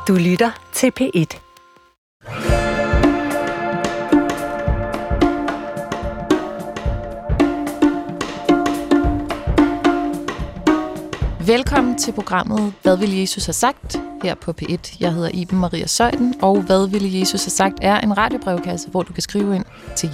Du lytter til P1. Velkommen til programmet Hvad ville Jesus have sagt? Her på P1. Jeg hedder Iben Maria Søjden, og Hvad ville Jesus have sagt er en radiobrevkasse, hvor du kan skrive ind til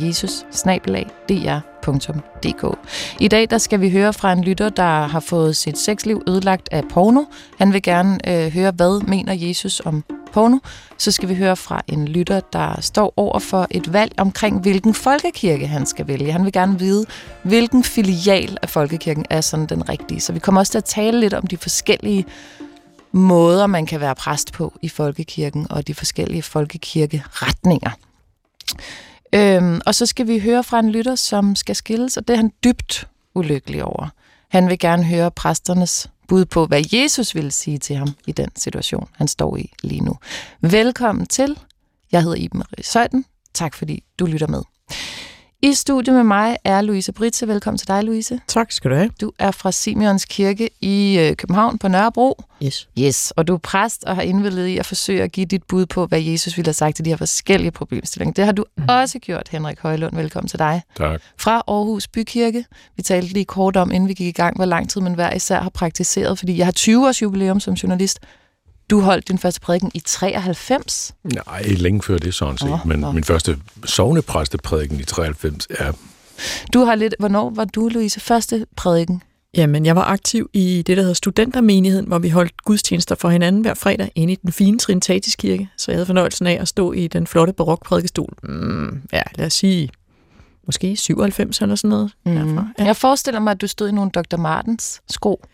jesus@dr.dk. I dag der skal vi høre fra en lytter, der har fået sit sexliv ødelagt af porno. Han vil gerne høre, hvad mener Jesus om porno. Så skal vi høre fra en lytter, der står over for et valg omkring, hvilken folkekirke han skal vælge. Han vil gerne vide, hvilken filial af folkekirken er sådan den rigtige. Så vi kommer også til at tale lidt om de forskellige måder, man kan være præst på i folkekirken, og de forskellige folkekirkeretninger. Og så skal vi høre fra en lytter, som skal skilles, og det er han dybt ulykkelig over. Han vil gerne høre præsternes bud på, hvad Jesus ville sige til ham i den situation, han står i lige nu. Velkommen til. Jeg hedder Iben Marie Søjden. Tak fordi du lytter med. I studiet med mig er Louise Britze. Velkommen til dig, Louise. Tak skal du have. Du er fra Simeons Kirke i København på Nørrebro. Yes. Og du er præst og har indvilliget i at forsøge at give dit bud på, hvad Jesus ville have sagt til de her forskellige problemstillinger. Det har du også gjort, Henrik Højlund. Velkommen til dig. Tak. Fra Aarhus Bykirke. Vi talte lige kort om, inden vi gik i gang, hvor lang tid man hver især har praktiseret, fordi jeg har 20 års jubilæum som journalist. Du holdt din første prædiken i 93? Nej, længe før det sådan set. Men min første sognepræsteprædiken i 93 er... Du har lidt... Hvornår var du, Louise, første prædiken? Jamen, jeg var aktiv i det, der hedder Studentermenigheden, hvor vi holdt gudstjenester for hinanden hver fredag inde i den fine Trinitatiskirke. Så jeg havde fornøjelsen af at stå i den flotte barokprædikestol. Lad os sige... Måske 97 eller sådan noget. Derfra. Ja. Jeg forestiller mig, at du stod i nogle Dr. Martens sko.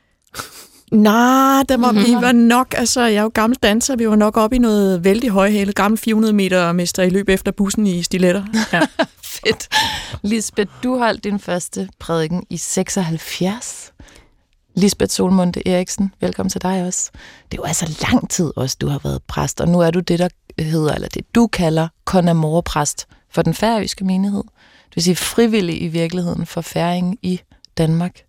Nej, vi var nok, altså jeg er jo gammel danser, vi var nok oppe i noget vældig højhælet, gammel 400 meter mester i løb efter bussen i stiletter. Ja. Fedt. Lisbeth, du holdt din første prædiken i 76. Lisbeth Solmunde Eriksen, velkommen til dig også. Det er jo altså lang tid også, du har været præst, og nu er du det, der hedder, eller det du kalder Conamore-præst for den færøske menighed. Det vil sige frivillig i virkeligheden for færing i Danmark.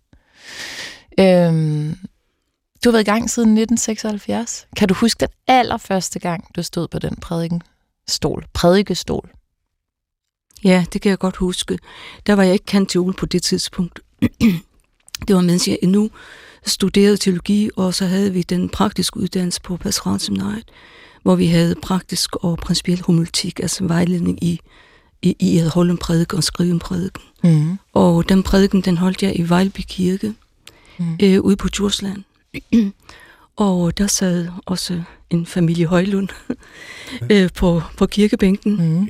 Du har været i gang siden 1976. Kan du huske den allerførste gang, du stod på den prædikestol? Ja, det kan jeg godt huske. Der var jeg ikke kantiol på det tidspunkt. Det var, mens jeg endnu studerede teologi, og så havde vi den praktiske uddannelse på Pastoralseminariet, hvor vi havde praktisk og principiel homiletik, altså vejledning i at holde en prædiken og skrive en prædiken. Mm. Og den prædiken, den holdt jeg i Vejlby Kirke, ude på Djursland. Og der sad også en familie Højlund på kirkebænken.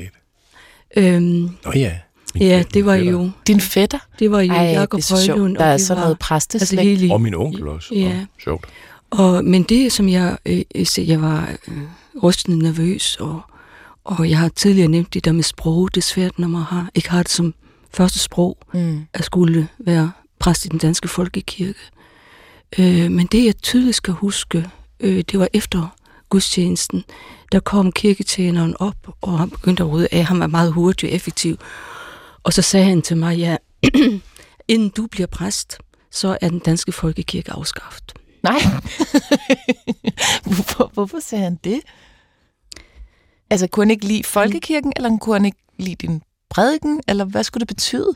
Ja, det var jo... Din fætter? Det var jo Jakob Højlund. Der er sådan noget præsteslægt. Altså og min onkel også. Ja. Sjovt. Men det, som jeg var rystende nervøs, og jeg har tidligere nævnt det der med sprog. Det er svært, når man ikke har det som første sprog, at skulle være præst i den danske folkekirke. Men det, jeg tydeligt skal huske, det var efter gudstjenesten, der kom kirketjeneren op, og han begyndte at rydde af. Han var meget hurtig og effektiv. Og så sagde han til mig, ja, inden du bliver præst, så er den danske folkekirke afskaffet. Nej. Hvorfor sagde han det? Altså, kunne han ikke lide folkekirken, eller kunne han ikke lide din prædiken, eller hvad skulle det betyde?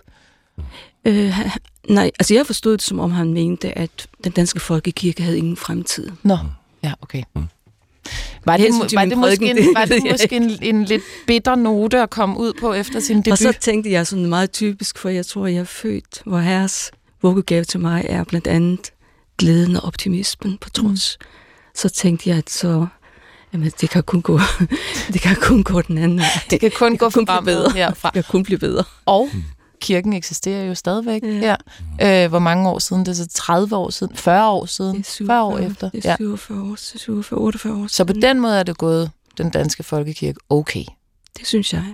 Nej, altså jeg forstod det, som om han mente, at den danske folkekirke havde ingen fremtid. Nå, ja, okay. Var det måske en lidt bitter note at komme ud på efter sin debut? Og så tænkte jeg sådan meget typisk, for jeg tror, jeg er født, hvor Herres vuggegave til mig er blandt andet glæden og optimismen på trods. Så tænkte jeg, at jamen, det kan kun gå den anden vej. Det kan kun gå fremad herfra. Det kan kun blive bedre. Og kirken eksisterer jo stadigvæk her. Hvor mange år siden? Det er så 30 år siden? 40 år siden? Det er 47, 40 år efter? Det er 47 år, 48 år siden. Så på den måde er det gået den danske folkekirke okay? Det synes jeg.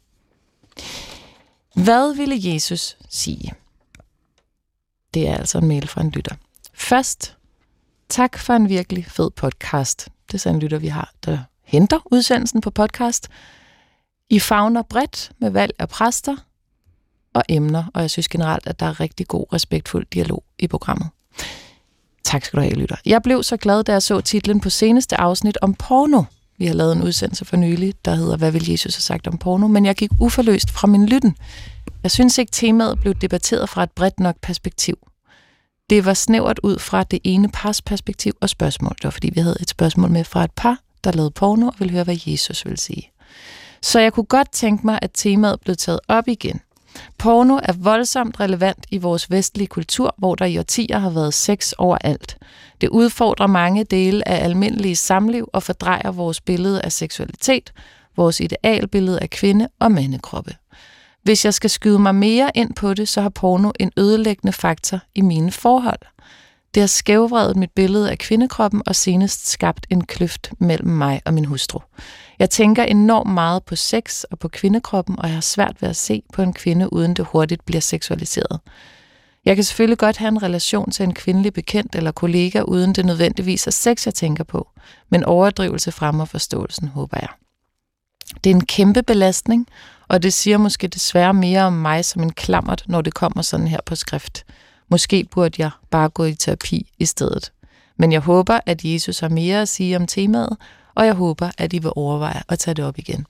Hvad ville Jesus sige? Det er altså en mail fra en lytter. Først, tak for en virkelig fed podcast. Det er så en lytter, vi har, der henter udsendelsen på podcast. I favner bredt med valg af præster og emner, og jeg synes generelt, at der er rigtig god, respektfuld dialog i programmet. Tak skal du have, lytter. Jeg blev så glad, da jeg så titlen på seneste afsnit om porno. Vi har lavet en udsendelse for nylig, der hedder Hvad vil Jesus have sagt om porno? Men jeg gik uforløst fra min lytten. Jeg synes ikke, temaet blev debatteret fra et bredt nok perspektiv. Det var snævert ud fra det ene pars perspektiv og spørgsmål. Det var, fordi vi havde et spørgsmål med fra et par, der lavede porno og ville høre, hvad Jesus ville sige. Så jeg kunne godt tænke mig, at temaet blev taget op igen. Porno er voldsomt relevant i vores vestlige kultur, hvor der i årtier har været sex overalt. Det udfordrer mange dele af almindelige samliv og fordrejer vores billede af seksualitet, vores idealbillede af kvinde- og mandekroppe. Hvis jeg skal skyde mig mere ind på det, så har porno en ødelæggende faktor i mine forhold. Det har skævvredet mit billede af kvindekroppen og senest skabt en kløft mellem mig og min hustru. Jeg tænker enormt meget på sex og på kvindekroppen, og jeg har svært ved at se på en kvinde, uden det hurtigt bliver seksualiseret. Jeg kan selvfølgelig godt have en relation til en kvindelig bekendt eller kollega, uden det nødvendigvis er sex, jeg tænker på, men overdrivelse fremmer forståelsen, håber jeg. Det er en kæmpe belastning, og det siger måske desværre mere om mig som en klammert, når det kommer sådan her på skrift. Måske burde jeg bare gå i terapi i stedet. Men jeg håber, at Jesus har mere at sige om temaet, og jeg håber, at I vil overveje at tage det op igen.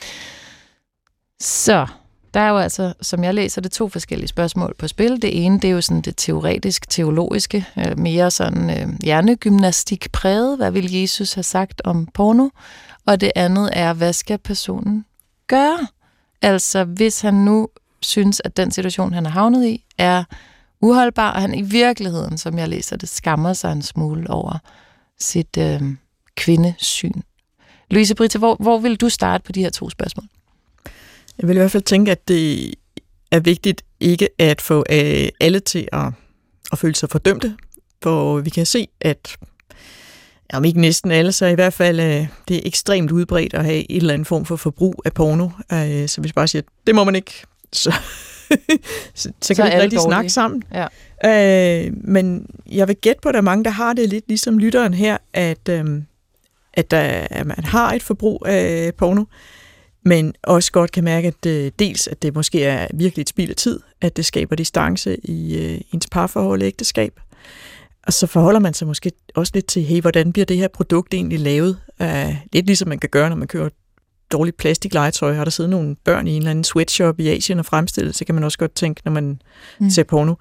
Så, der er jo altså, som jeg læser det, 2 forskellige spørgsmål på spil. Det ene, det er jo sådan det teoretisk-teologiske, mere sådan hjernegymnastik præget. Hvad vil Jesus have sagt om porno? Og det andet er, hvad skal personen gøre? Altså, hvis han nu synes, at den situation, han er havnet i, er uholdbar, og han i virkeligheden, som jeg læser det, skammer sig en smule over sit kvindesyn. Louise Britta, hvor vil du starte på de her 2 spørgsmål? Jeg vil i hvert fald tænke, at det er vigtigt ikke at få alle til at føle sig fordømte, for vi kan se, at om ikke næsten alle, så i hvert fald det er ekstremt udbredt at have en eller anden form for forbrug af porno. Så hvis bare siger, det må man ikke, så kan vi ikke rigtig snakke sammen. Ja. Men jeg vil gætte på, at der er mange, der har det lidt ligesom lytteren her, at man har et forbrug af porno, men også godt kan mærke, at dels at det måske er virkelig et spild af tid, at det skaber distance i ens parforhold og ægteskab. Og så forholder man sig måske også lidt til, hey, hvordan bliver det her produkt egentlig lavet? Lidt ligesom man kan gøre, når man kører dårligt plastiklegetøj. Har der siddet nogle børn i en eller anden sweatshop i Asien og fremstillet, så kan man også godt tænke, når man ser porno.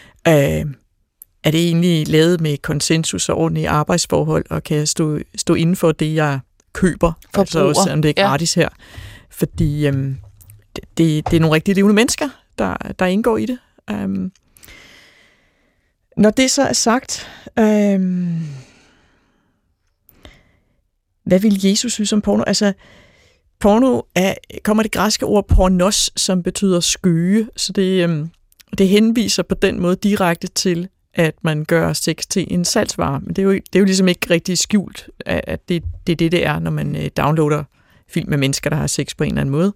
Er det egentlig lavet med konsensus og ordentlige arbejdsforhold, og kan jeg stå inden for det, jeg køber? Altså også, selvom det er gratis her. Fordi det er nogle rigtig levende mennesker, der indgår i det. Når det så er sagt, hvad vil Jesus synes om porno? Altså, porno kommer det græske ord pornos, som betyder skøge, så det henviser på den måde direkte til, at man gør sex til en salgsvare. Men det er jo ligesom ikke rigtig skjult, at det er det er, når man downloader film med mennesker, der har sex på en eller anden måde.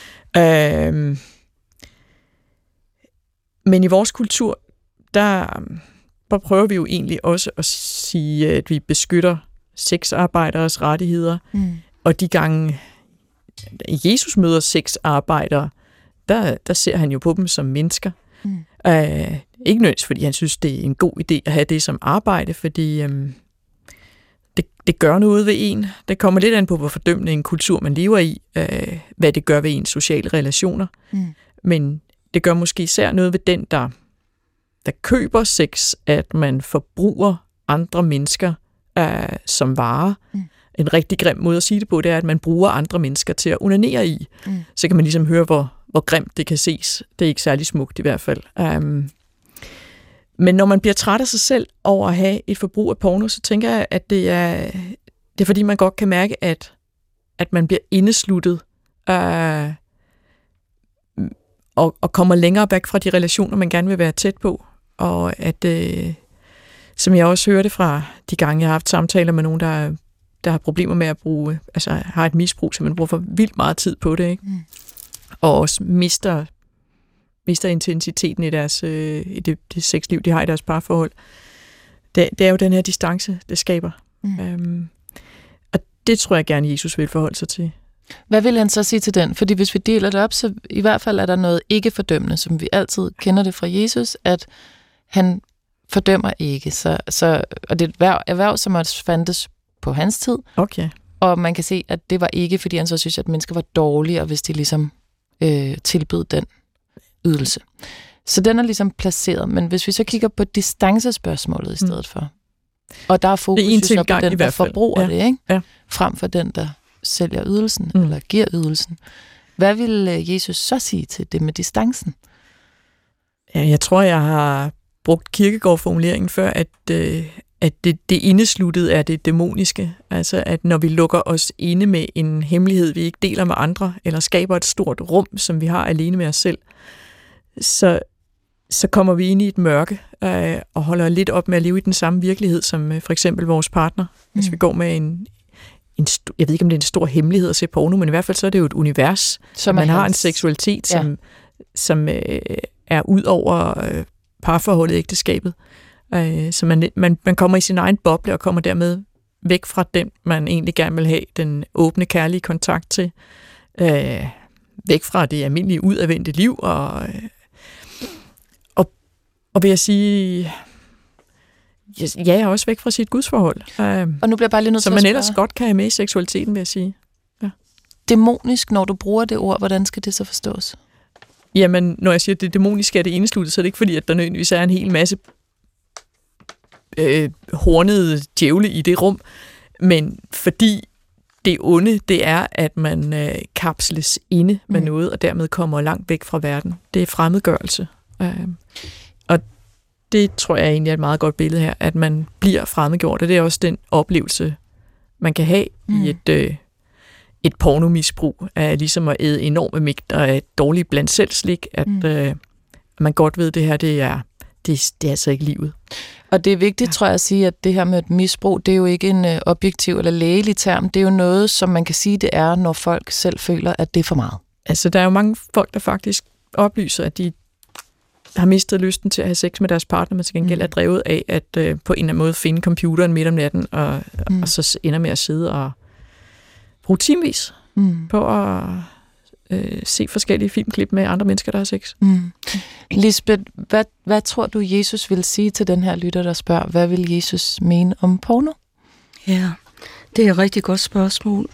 Men i vores kultur, der prøver vi jo egentlig også at sige, at vi beskytter sexarbejderes rettigheder. Og de gange Jesus møder sexarbejdere, der ser han jo på dem som mennesker. Ikke nødvendigvis, fordi han synes, det er en god idé at have det som arbejde, fordi det gør noget ved en. Det kommer lidt an på, hvor fordømmende en kultur man lever i, hvad det gør ved ens sociale relationer. Men det gør måske især noget ved den, der køber sex, at man forbruger andre mennesker som varer. En rigtig grim måde at sige det på, det er, at man bruger andre mennesker til at onanere i. Så kan man ligesom høre, hvor grimt det kan ses. Det er ikke særlig smukt i hvert fald. Men når man bliver træt af sig selv over at have et forbrug af porno, så tænker jeg, at det er fordi, man godt kan mærke, at man bliver indesluttet og kommer længere væk fra de relationer, man gerne vil være tæt på. Og at, som jeg også hørte fra de gange, jeg har haft samtaler med nogen, der har problemer med at bruge, altså har et misbrug, så man bruger for vildt meget tid på det, ikke? Og også mister intensiteten i deres i det sexliv, de har i deres parforhold. Det er jo den her distance, det skaber. Og det tror jeg gerne, Jesus vil forholde sig til. Hvad vil han så sige til den? Fordi hvis vi deler det op, så i hvert fald er der noget ikke fordømmende, som vi altid kender det fra Jesus, at han fordømmer ikke. Og det er et erhverv, som også fandtes på hans tid. Okay. Og man kan se, at det var ikke, fordi han så synes, at mennesker var dårlige, og hvis de ligesom tilbød den ydelse. Så den er ligesom placeret. Men hvis vi så kigger på distancespørgsmålet i stedet for, og der er fokus så på den, der forbruger det, ikke? Ja. Frem for den, der sælger ydelsen, eller giver ydelsen. Hvad vil Jesus så sige til det med distancen? Ja, jeg tror, jeg har brugt Kierkegaard-formuleringen før, at det indesluttede er det dæmoniske. Altså, at når vi lukker os inde med en hemmelighed, vi ikke deler med andre, eller skaber et stort rum, som vi har alene med os selv, så kommer vi ind i et mørke og holder lidt op med at leve i den samme virkelighed, som for eksempel vores partner. Hvis vi går med jeg ved ikke, om det er en stor hemmelighed at se porno, men i hvert fald så er det jo et univers. Som man har en seksualitet, som er ud over parforholdet, ægteskabet. Så man kommer i sin egen boble og kommer dermed væk fra den, man egentlig gerne vil have den åbne, kærlige kontakt til. Væk fra det almindelige udadvendte liv og vil jeg sige, jeg er også væk fra sit gudsforhold. Og nu bliver jeg bare lige nødt til at spørge. Som man ellers godt kan have med i seksualiteten, vil jeg sige. Ja. Dæmonisk, når du bruger det ord, hvordan skal det så forstås? Jamen, når jeg siger, at det dæmoniske er det indesluttet, så er det ikke fordi, at der nødvendigvis er en hel masse hornede djævle i det rum, men fordi det onde, det er, at man kapsles inde med noget, og dermed kommer langt væk fra verden. Det er fremmedgørelse. Og det tror jeg egentlig er et meget godt billede her, at man bliver fremmedgjort, og det er også den oplevelse, man kan have i et pornomisbrug, af ligesom at æde enorme mængder af dårligt blandt selv slik, at man godt ved, at det her, det er altså ikke livet. Og det er vigtigt, tror jeg, at sige, at det her med et misbrug, det er jo ikke en objektiv eller lægelig term. Det er jo noget, som man kan sige, det er, når folk selv føler, at det er for meget. Altså, der er jo mange folk, der faktisk oplyser, at de har mistet lysten til at have sex med deres partner, men til gengæld er drevet af at på en eller anden måde finde computeren midt om natten, og så ender med at sidde og bruge timevis på at se forskellige filmklip med andre mennesker, der har sex. Lisbeth, hvad tror du, Jesus vil sige til den her lytter, der spørger, hvad vil Jesus mene om porno? Ja, det er et rigtig godt spørgsmål.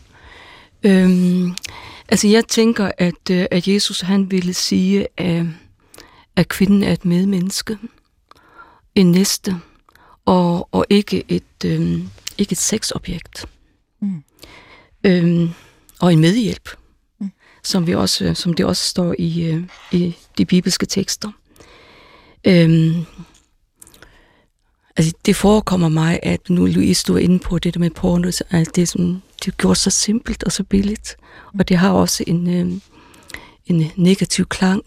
Altså, jeg tænker, at Jesus, han ville sige, at kvinden er et medmenneske, en næste, og ikke et sexobjekt. Og en medhjælp, som det også står i de bibelske tekster. Altså, det forekommer mig, at nu Louise stod inde på det der med porno, at det er gjort så simpelt og så billigt, og det har også en negativ klang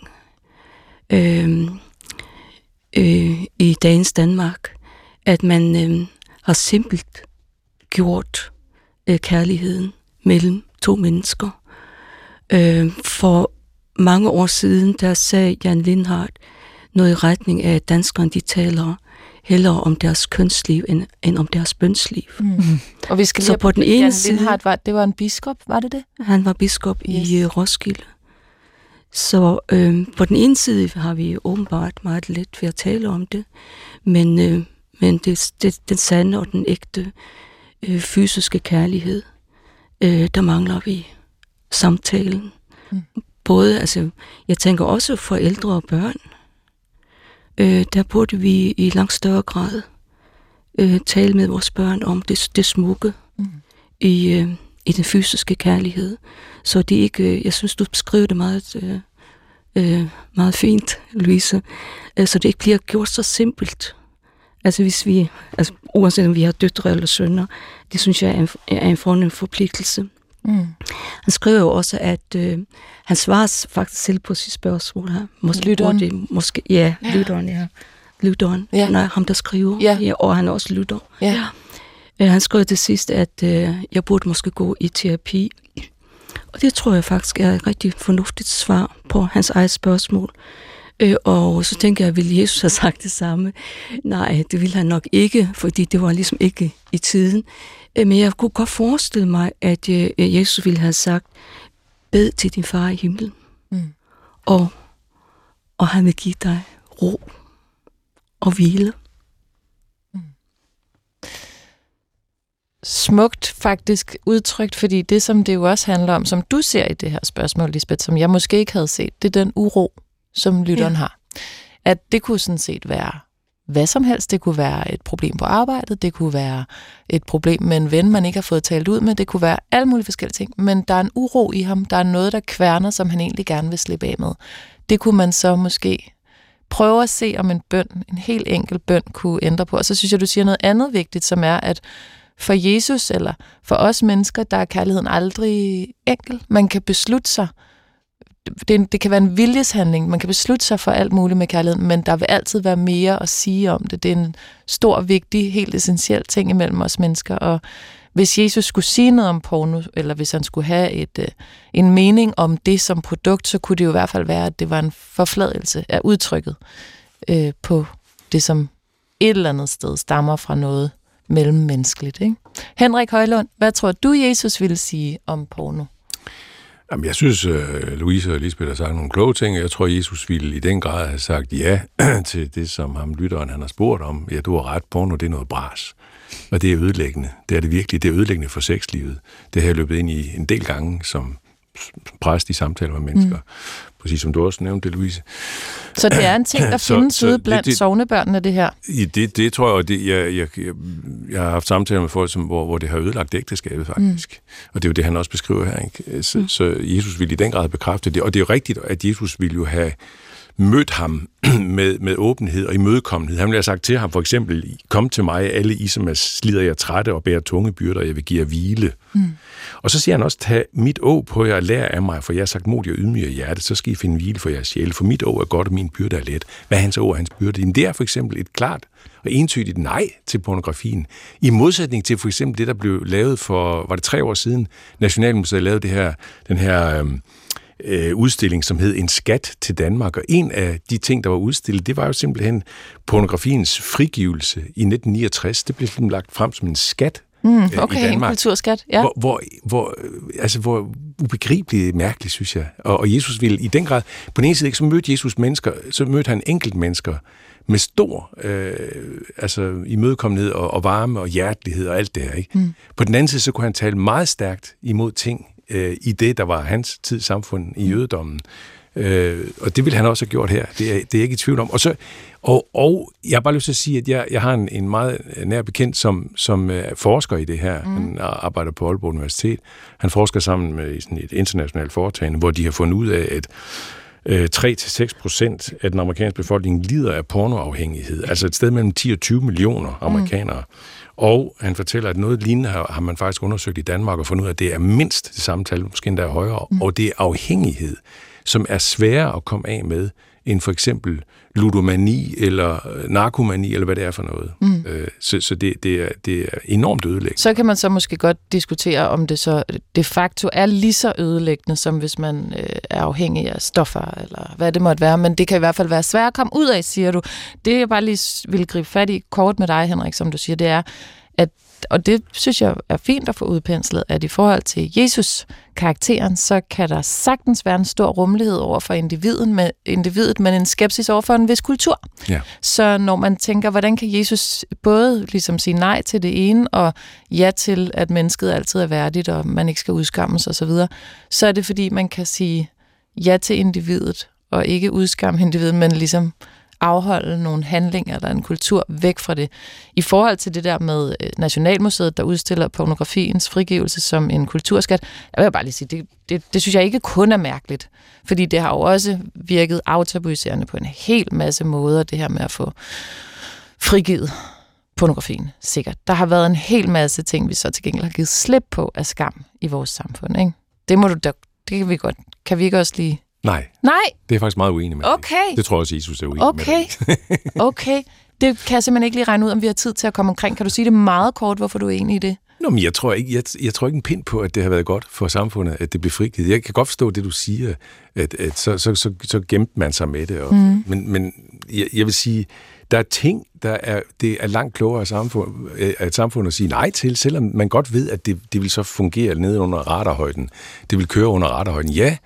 i dagens Danmark, at man har simpelt gjort kærligheden mellem to mennesker. For mange år siden, der sagde Jan Lindhardt noget i retning af, at danskerne, de taler hellere om deres kønsliv, end om deres bønsliv. Og vi skal så på den ene side... Lindhardt, det var en biskop, var det det? Han var biskop i Roskilde. Så på den ene side har vi åbenbart meget let ved at tale om det, men den sande og den ægte fysiske kærlighed, der mangler vi samtalen. Både, altså, jeg tænker også for ældre og børn, der burde vi i langt større grad tale med vores børn om det smukke i den fysiske kærlighed. Så det ikke, jeg synes, du beskriver det meget fint, Louise, så det ikke bliver gjort så simpelt. Altså uanset om vi har døtre eller sønner, det synes jeg er en fornem forpligtelse. Han skriver jo også, at han svarer faktisk selv på sit spørgsmål her. Lytteren? Lytteren. Ja. Nej, ham der skriver. Ja, og han er også lytter. Ja. Han skrev til sidst, at jeg burde måske gå i terapi. Og det tror jeg faktisk er et rigtig fornuftigt svar på hans eget spørgsmål. Og så tænker jeg, vil Jesus have sagt det samme? Nej, det ville han nok ikke, fordi det var ligesom ikke i tiden. Men jeg kunne godt forestille mig, at Jesus ville have sagt, bed til din far i himlen, og han vil give dig ro og hvile. smukt faktisk udtrykt, fordi det, som det jo også handler om, som du ser i det her spørgsmål, Lisbeth, som jeg måske ikke havde set, det er den uro, som lytteren har. At det kunne sådan set være hvad som helst. Det kunne være et problem på arbejdet, det kunne være et problem med en ven, man ikke har fået talt ud med, det kunne være alle mulige forskellige ting, men der er en uro i ham, der er noget, der kværner, som han egentlig gerne vil slippe af med. Det kunne man så måske prøve at se, om en helt enkel bøn kunne ændre på. Og så synes jeg, du siger noget andet vigtigt, som er, at for Jesus eller for os mennesker, der er kærligheden aldrig enkel. Man kan beslutte sig. Det kan være en viljeshandling. Man kan beslutte sig for alt muligt med kærligheden, men der vil altid være mere at sige om det. Det er en stor, vigtig, helt essentiel ting imellem os mennesker. Og hvis Jesus skulle sige noget om porno, eller hvis han skulle have en mening om det som produkt, så kunne det jo i hvert fald være, at det var en forfladelse af udtrykket på det, som et eller andet sted stammer fra noget mellemmenneskeligt. Ikke? Henrik Højlund, hvad tror du, Jesus ville sige om porno? Jamen, jeg synes, Louise og Lisbeth har sagt nogle kloge ting. Jeg tror, Jesus ville i den grad have sagt ja til det, som ham lytteren han har spurgt om. Ja, du har ret, porno, det er noget bras. Og det er ødelæggende. Det er det virkelig. Det er ødelæggende for sexlivet. Det har jeg løbet ind i en del gange som præst i samtaler med mennesker. Præcis som du også nævnte det, Louise. Så det er en ting, der findes ude blandt sognebørnene, det her? Det tror jeg, jeg har haft samtaler med folk, hvor det har ødelagt ægteskabet faktisk. Og det er jo det, han også beskriver her. Ikke? Så Jesus ville i den grad bekræfte det. Og det er jo rigtigt, at Jesus ville jo have mødt ham med åbenhed og imødekommenhed. Han ville have sagt til ham for eksempel, kom til mig, alle I, som er slider jer trætte og bærer tunge byrder, jeg vil give jer hvile. Og så siger han også, tag mit åg på jer og lær af mig, for jeg har sagt modig og ydmyg af hjertet, så skal I finde hvile for jeres sjæle, for mit åg er godt, og min byrde er let. Hvad er hans åg og hans byrde? Jamen, det er for eksempel et klart og entydigt nej til pornografien. I modsætning til for eksempel det, der blev lavet for, var det 3 år siden, Nationalmuseet lavede den her udstilling, som hed En skat til Danmark, og en af de ting, der var udstillet, det var jo simpelthen pornografiens frigivelse i 1969. Det blev simpelthen lagt frem som en skat i Danmark. En kulturskat, ja. Hvor ubegribeligt mærkeligt, synes jeg. Og Jesus ville i den grad, på den ene side ikke, så mødte Jesus mennesker, så mødte han enkelt mennesker med stor imødekommenhed og varme og hjertelighed og alt det her. Ikke? På den anden side, så kunne han tale meget stærkt imod ting, i det, der var hans tids samfund i jødedommen. Og det ville han også have gjort her. Det er jeg ikke i tvivl om. Og jeg har bare lyst til at sige, at jeg har en meget nær bekendt, som forsker i det her. Han arbejder på Aalborg Universitet. Han forsker sammen med sådan et internationalt foretagende, hvor de har fundet ud af, at 3-6% af den amerikanske befolkning lider af pornoafhængighed. Altså et sted mellem 10 og 20 millioner amerikanere. Og han fortæller, at noget lignende har man faktisk undersøgt i Danmark og fundet ud af, at det er mindst det samme tal, måske endda højere. Og det er afhængighed, som er sværere at komme af med, end for eksempel ludomani eller narkomani, eller hvad det er for noget. Så det er enormt ødelæggende. Så kan man så måske godt diskutere, om det så de facto er lige så ødelæggende, som hvis man er afhængig af stoffer, eller hvad det måtte være. Men det kan i hvert fald være svært at komme ud af, siger du. Det jeg bare lige vil gribe fat i kort med dig, Henrik, som du siger, det er, at, og det synes jeg er fint at få udpenslet, at i forhold til Jesus-karakteren, så kan der sagtens være en stor rummelighed over for individet, men en skepsis over for en vis kultur. Ja. Så når man tænker, hvordan kan Jesus både ligesom sige nej til det ene, og ja til, at mennesket altid er værdigt, og man ikke skal udskammes osv., så er det fordi, man kan sige ja til individet, og ikke udskamme individet, men ligesom afholde nogle handlinger eller en kultur væk fra det. I forhold til det der med Nationalmuseet, der udstiller pornografiens frigivelse som en kulturskat, jeg vil bare lige sige, det synes jeg ikke kun er mærkeligt, fordi det har jo også virket aftabuiserende på en hel masse måder, det her med at få frigivet pornografien, sikkert. Der har været en hel masse ting, vi så til gengæld har givet slip på af skam i vores samfund, ikke? Det kan vi godt. Kan vi ikke også lige... Nej. Det er faktisk meget uenig med. Okay. Det tror jeg også, Jesus er uenig med. Okay. Det kan jeg simpelthen ikke lige regne ud, om vi har tid til at komme omkring. Kan du sige det meget kort, hvorfor du er enig i det? Nå, men jeg tror ikke en pind på, at det har været godt for samfundet, at det blev frigivet. Jeg kan godt forstå det, du siger, at så gemte man sig med det. Men jeg vil sige, der er ting, det er langt klogere af et samfund at sige nej til, selvom man godt ved, at det vil så fungere nede under radarhøjden. Det vil køre under radarhøjden. Ja,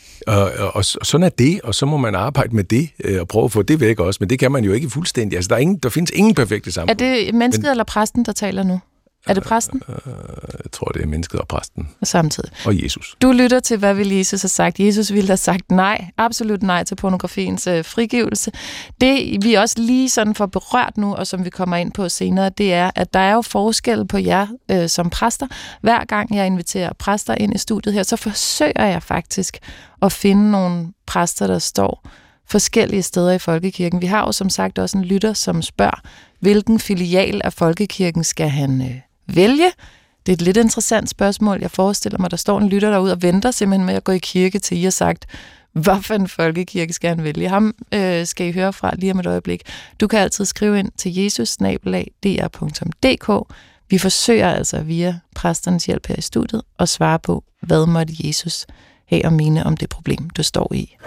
og sådan er det, og så må man arbejde med det og prøve at få det væk også, men det kan man jo ikke fuldstændig. Altså, der findes ingen perfekte samfund. Er det mennesket eller præsten, der taler nu? Er det præsten? Jeg tror, det er mennesket og præsten. Samtidig. Og Jesus. Du lytter til, hvad vil Jesus har sagt. Jesus ville have sagt nej, absolut nej til pornografiens frigivelse. Det, vi også lige sådan får berørt nu, og som vi kommer ind på senere, det er, at der er jo forskel på jer som præster. Hver gang jeg inviterer præster ind i studiet her, så forsøger jeg faktisk at finde nogle præster, der står forskellige steder i folkekirken. Vi har jo som sagt også en lytter, som spørger, hvilken filial af folkekirken skal han vælge? Det er et lidt interessant spørgsmål. Jeg forestiller mig, der står en lytter derude og venter simpelthen med at gå i kirke til I har sagt, hvad for en folkekirke skal han vælge? Ham skal I høre fra lige om et øjeblik. Du kan altid skrive ind til jesus@dr.dk. Vi forsøger altså via præsternes hjælp her i studiet at svare på, hvad måtte Jesus have at mene om det problem, du står i.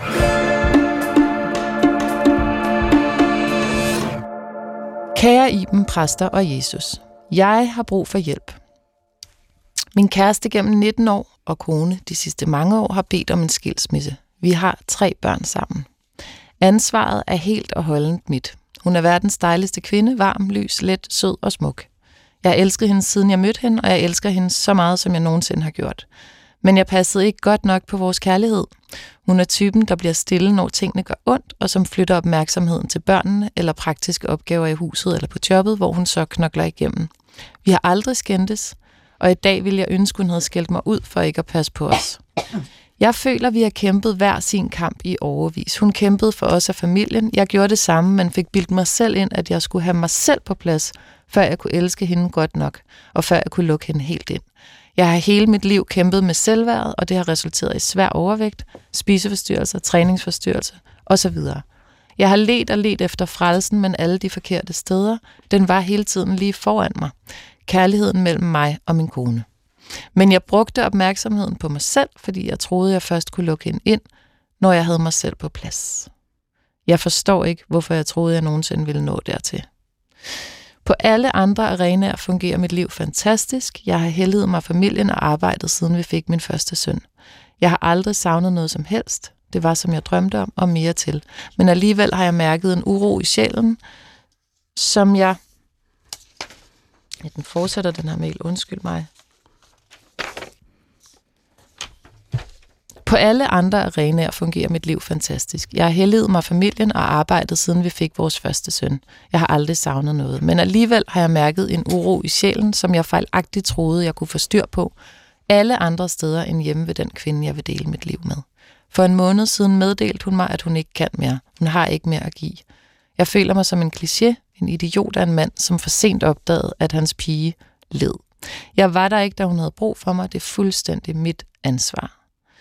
Kære Iben, præster og Jesus. Jeg har brug for hjælp. Min kæreste gennem 19 år og kone de sidste mange år har bedt om en skilsmisse. Vi har 3 børn sammen. Ansvaret er helt og holdent mit. Hun er verdens dejligste kvinde, varm, lys, let, sød og smuk. Jeg har elsket hende siden jeg mødte hende, og jeg elsker hende så meget, som jeg nogensinde har gjort. Men jeg passede ikke godt nok på vores kærlighed. Hun er typen, der bliver stille, når tingene gør ondt, og som flytter opmærksomheden til børnene eller praktiske opgaver i huset eller på jobbet, hvor hun så knokler igennem. Vi har aldrig skændtes, og i dag vil jeg ønske, hun havde skældt mig ud for ikke at passe på os. Jeg føler, vi har kæmpet hver sin kamp i årevis. Hun kæmpede for os og familien. Jeg gjorde det samme, men fik bildt mig selv ind, at jeg skulle have mig selv på plads, før jeg kunne elske hende godt nok, og før jeg kunne lukke hende helt ind. Jeg har hele mit liv kæmpet med selvværdet, og det har resulteret i svær overvægt, spiseforstyrrelser, træningsforstyrrelser osv. Jeg har ledt efter frelsen, men alle de forkerte steder. Den var hele tiden lige foran mig. Kærligheden mellem mig og min kone. Men jeg brugte opmærksomheden på mig selv, fordi jeg troede, jeg først kunne lukke hende ind, når jeg havde mig selv på plads. Jeg forstår ikke, hvorfor jeg troede, jeg nogensinde ville nå dertil. På alle andre arenaer fungerer mit liv fantastisk. Jeg har helliget mig familien og arbejdet, siden vi fik min første søn. Jeg har aldrig savnet noget som helst. Det var, som jeg drømte om, og mere til. Men alligevel har jeg mærket en uro i sjælen, som jeg... Ja, den fortsætter, den her mail. Undskyld mig. På alle andre arenaer fungerer mit liv fantastisk. Jeg har helliget mig familien og arbejdet, siden vi fik vores første søn. Jeg har aldrig savnet noget, men alligevel har jeg mærket en uro i sjælen, som jeg fejlagtigt troede, jeg kunne få styr på. Alle andre steder end hjemme ved den kvinde, jeg vil dele mit liv med. For en måned siden meddelte hun mig, at hun ikke kan mere. Hun har ikke mere at give. Jeg føler mig som en kliché, en idiot af en mand, som for sent opdagede, at hans pige led. Jeg var der ikke, da hun havde brug for mig. Det er fuldstændig mit ansvar.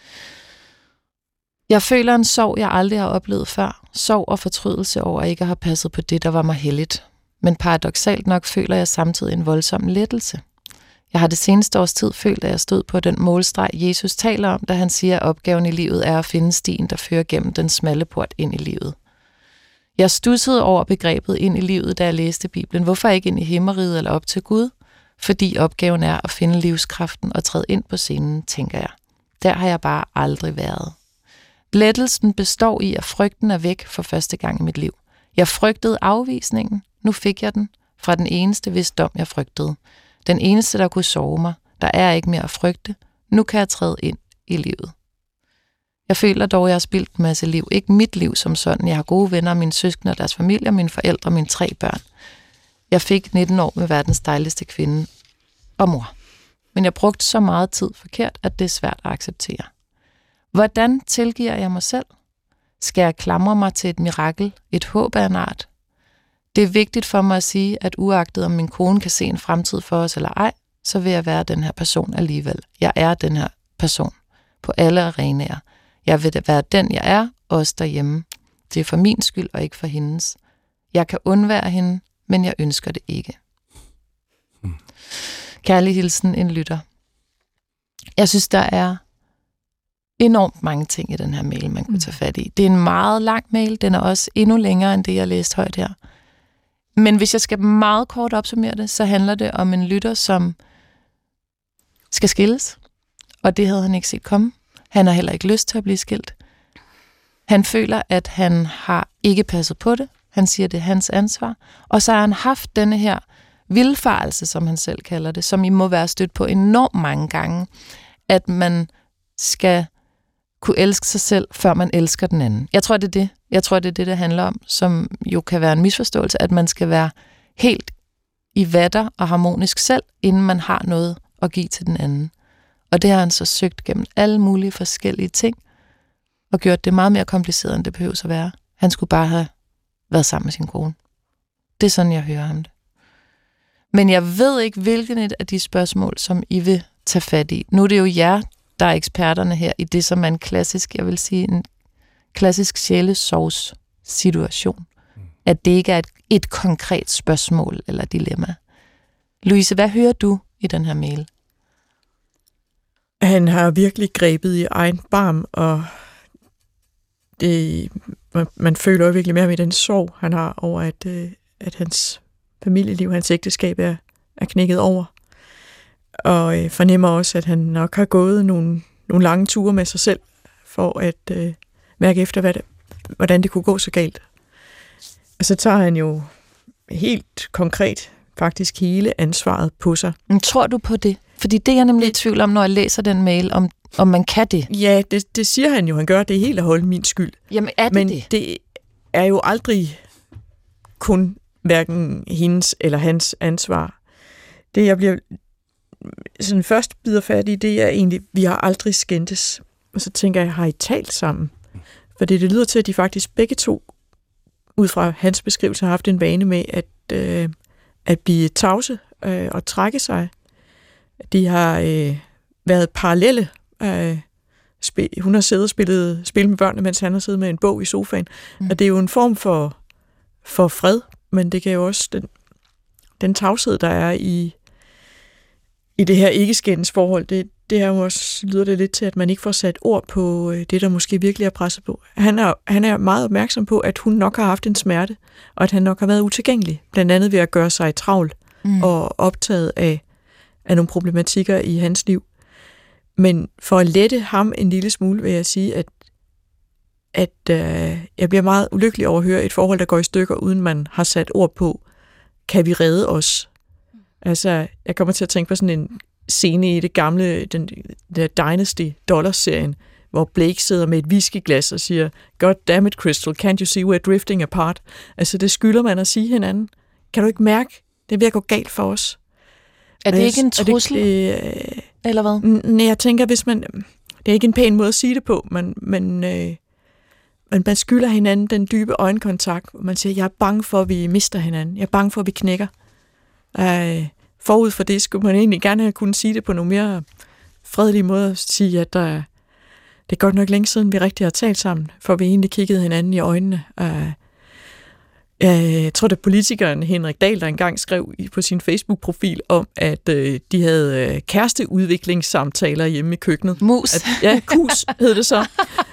Jeg føler en sorg, jeg aldrig har oplevet før. Sorg og fortrydelse over ikke at have passet på det, der var mig helligt. Men paradoksalt nok føler jeg samtidig en voldsom lettelse. Jeg har det seneste års tid følt, at jeg stod på den målstreg, Jesus taler om, da han siger, at opgaven i livet er at finde stien, der fører gennem den smalle port ind i livet. Jeg studsede over begrebet ind i livet, da jeg læste Bibelen. Hvorfor ikke ind i himmeriget eller op til Gud? Fordi opgaven er at finde livskraften og træde ind på scenen, tænker jeg. Der har jeg bare aldrig været. Lettelsen består i, at frygten er væk for første gang i mit liv. Jeg frygtede afvisningen. Nu fik jeg den fra den eneste, hvis dom jeg frygtede. Den eneste, der kunne sove mig. Der er ikke mere at frygte. Nu kan jeg træde ind i livet. Jeg føler dog, at jeg har spildt en masse liv. Ikke mit liv som sådan. Jeg har gode venner, mine søskende og deres familier, mine forældre og mine 3 børn. Jeg fik 19 år med verdens dejligste kvinde og mor. Men jeg brugte så meget tid forkert, at det er svært at acceptere. Hvordan tilgiver jeg mig selv? Skal jeg klamre mig til et mirakel, et håb af en art? Det er vigtigt for mig at sige, at uagtet om min kone kan se en fremtid for os eller ej, så vil jeg være den her person alligevel. Jeg er den her person på alle arenaer. Jeg vil være den, jeg er, også derhjemme. Det er for min skyld og ikke for hendes. Jeg kan undvære hende, men jeg ønsker det ikke. Kærlig hilsen, en lytter. Jeg synes, der er enormt mange ting i den her mail, man kunne tage fat i. Det er en meget lang mail. Den er også endnu længere, end det, jeg læste højt her. Men hvis jeg skal meget kort opsummere det, så handler det om en lytter, som skal skilles. Og det havde han ikke set komme. Han har heller ikke lyst til at blive skilt. Han føler, at han har ikke passet på det. Han siger, det er hans ansvar. Og så har han haft denne her vildfarelse, som han selv kalder det, som I må være stødt på enormt mange gange, at man skal kunne elske sig selv, før man elsker den anden. Jeg tror, det er det. Jeg tror, det er det handler om, som jo kan være en misforståelse, at man skal være helt i vatter og harmonisk selv, inden man har noget at give til den anden. Og det har han så søgt gennem alle mulige forskellige ting, og gjort det meget mere kompliceret, end det behøver at være. Han skulle bare have været sammen med sin kone. Det er sådan, jeg hører ham det. Men jeg ved ikke, hvilken et af de spørgsmål, som I vil tage fat i. Nu er det jo jer, der er eksperterne her i det, som er en klassisk, jeg vil sige, en klassisk sjælesovs-situation. At det ikke er et konkret spørgsmål eller dilemma. Louise, hvad hører du i den her mail? Han har virkelig grebet i egen barm, og det, man føler jo virkelig mere med den sorg, han har over, at hans familieliv, hans ægteskab er knækket over. Og fornemmer også, at han nok har gået nogle lange ture med sig selv, for at mærke efter, hvordan det kunne gå så galt. Og så tager han jo helt konkret faktisk hele ansvaret på sig. Men tror du på det? Fordi det er jeg nemlig i tvivl om, når jeg læser den mail, om man kan det. Ja, det siger han jo, han gør. Det er helt at holde min skyld. Jamen er det Men det? det er jo aldrig kun hverken hendes eller hans ansvar. Det, jeg bliver sådan først bider fat i, det er egentlig, vi har aldrig skændtes. Og så tænker jeg, har I talt sammen? For det lyder til, at de faktisk begge to, ud fra hans beskrivelse, har haft en vane med at blive tavse og trække sig. De har været parallelle. Hun har siddet og spillet med børnene, mens han har siddet med en bog i sofaen. Og det er jo en form for fred, men det kan jo også den tavshed, der er i det her ikke-skændens-forhold, det er jo også, lyder det lidt til, at man ikke får sat ord på det, der måske virkelig er presset på. Han er meget opmærksom på, at hun nok har haft en smerte, og at han nok har været utilgængelig, blandt andet ved at gøre sig travl og optaget af nogle problematikker i hans liv. Men for at lette ham en lille smule, vil jeg sige, at jeg bliver meget ulykkelig over at høre et forhold, der går i stykker, uden man har sat ord på, kan vi redde os? Altså, jeg kommer til at tænke på sådan en scene i det gamle, den der Dynasty-dollar-serien, hvor Blake sidder med et whiskyglas og siger, God damn it, Crystal, can't you see we're drifting apart? Altså, det skylder man at sige hinanden. Kan du ikke mærke, det er ved at gå galt for os? Er det ikke en trussel? Eller hvad? Nej, jeg tænker, hvis man... Det er ikke en pæn måde at sige det på, men man skylder hinanden den dybe øjenkontakt, og man siger, jeg er bange for, at vi mister hinanden. Jeg er bange for, at vi knækker. Forud for det skulle man egentlig gerne have kunnet sige det på nogle mere fredelige måder. At sige, at det er godt nok længe siden, vi rigtig har talt sammen, for vi egentlig kiggede hinanden i øjnene. Jeg tror, det er politikeren Henrik Dahl, der engang skrev på sin Facebook-profil om, at de havde kæresteudviklingssamtaler hjemme i køkkenet. Mus. Kus hed det så.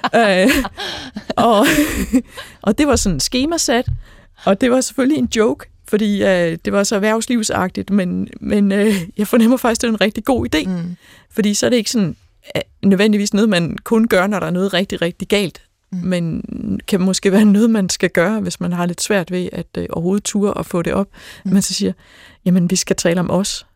Og det var sådan skemasat, og det var selvfølgelig en joke, fordi det var så erhvervslivsagtigt, men jeg fornemmer faktisk, at det er en rigtig god idé. Fordi så er det ikke sådan nødvendigvis noget, man kun gør, når der er noget rigtig, rigtig galt. Men kan måske være noget, man skal gøre, hvis man har lidt svært ved at overhovedet ture og få det op. Man så siger, jamen vi skal tale om os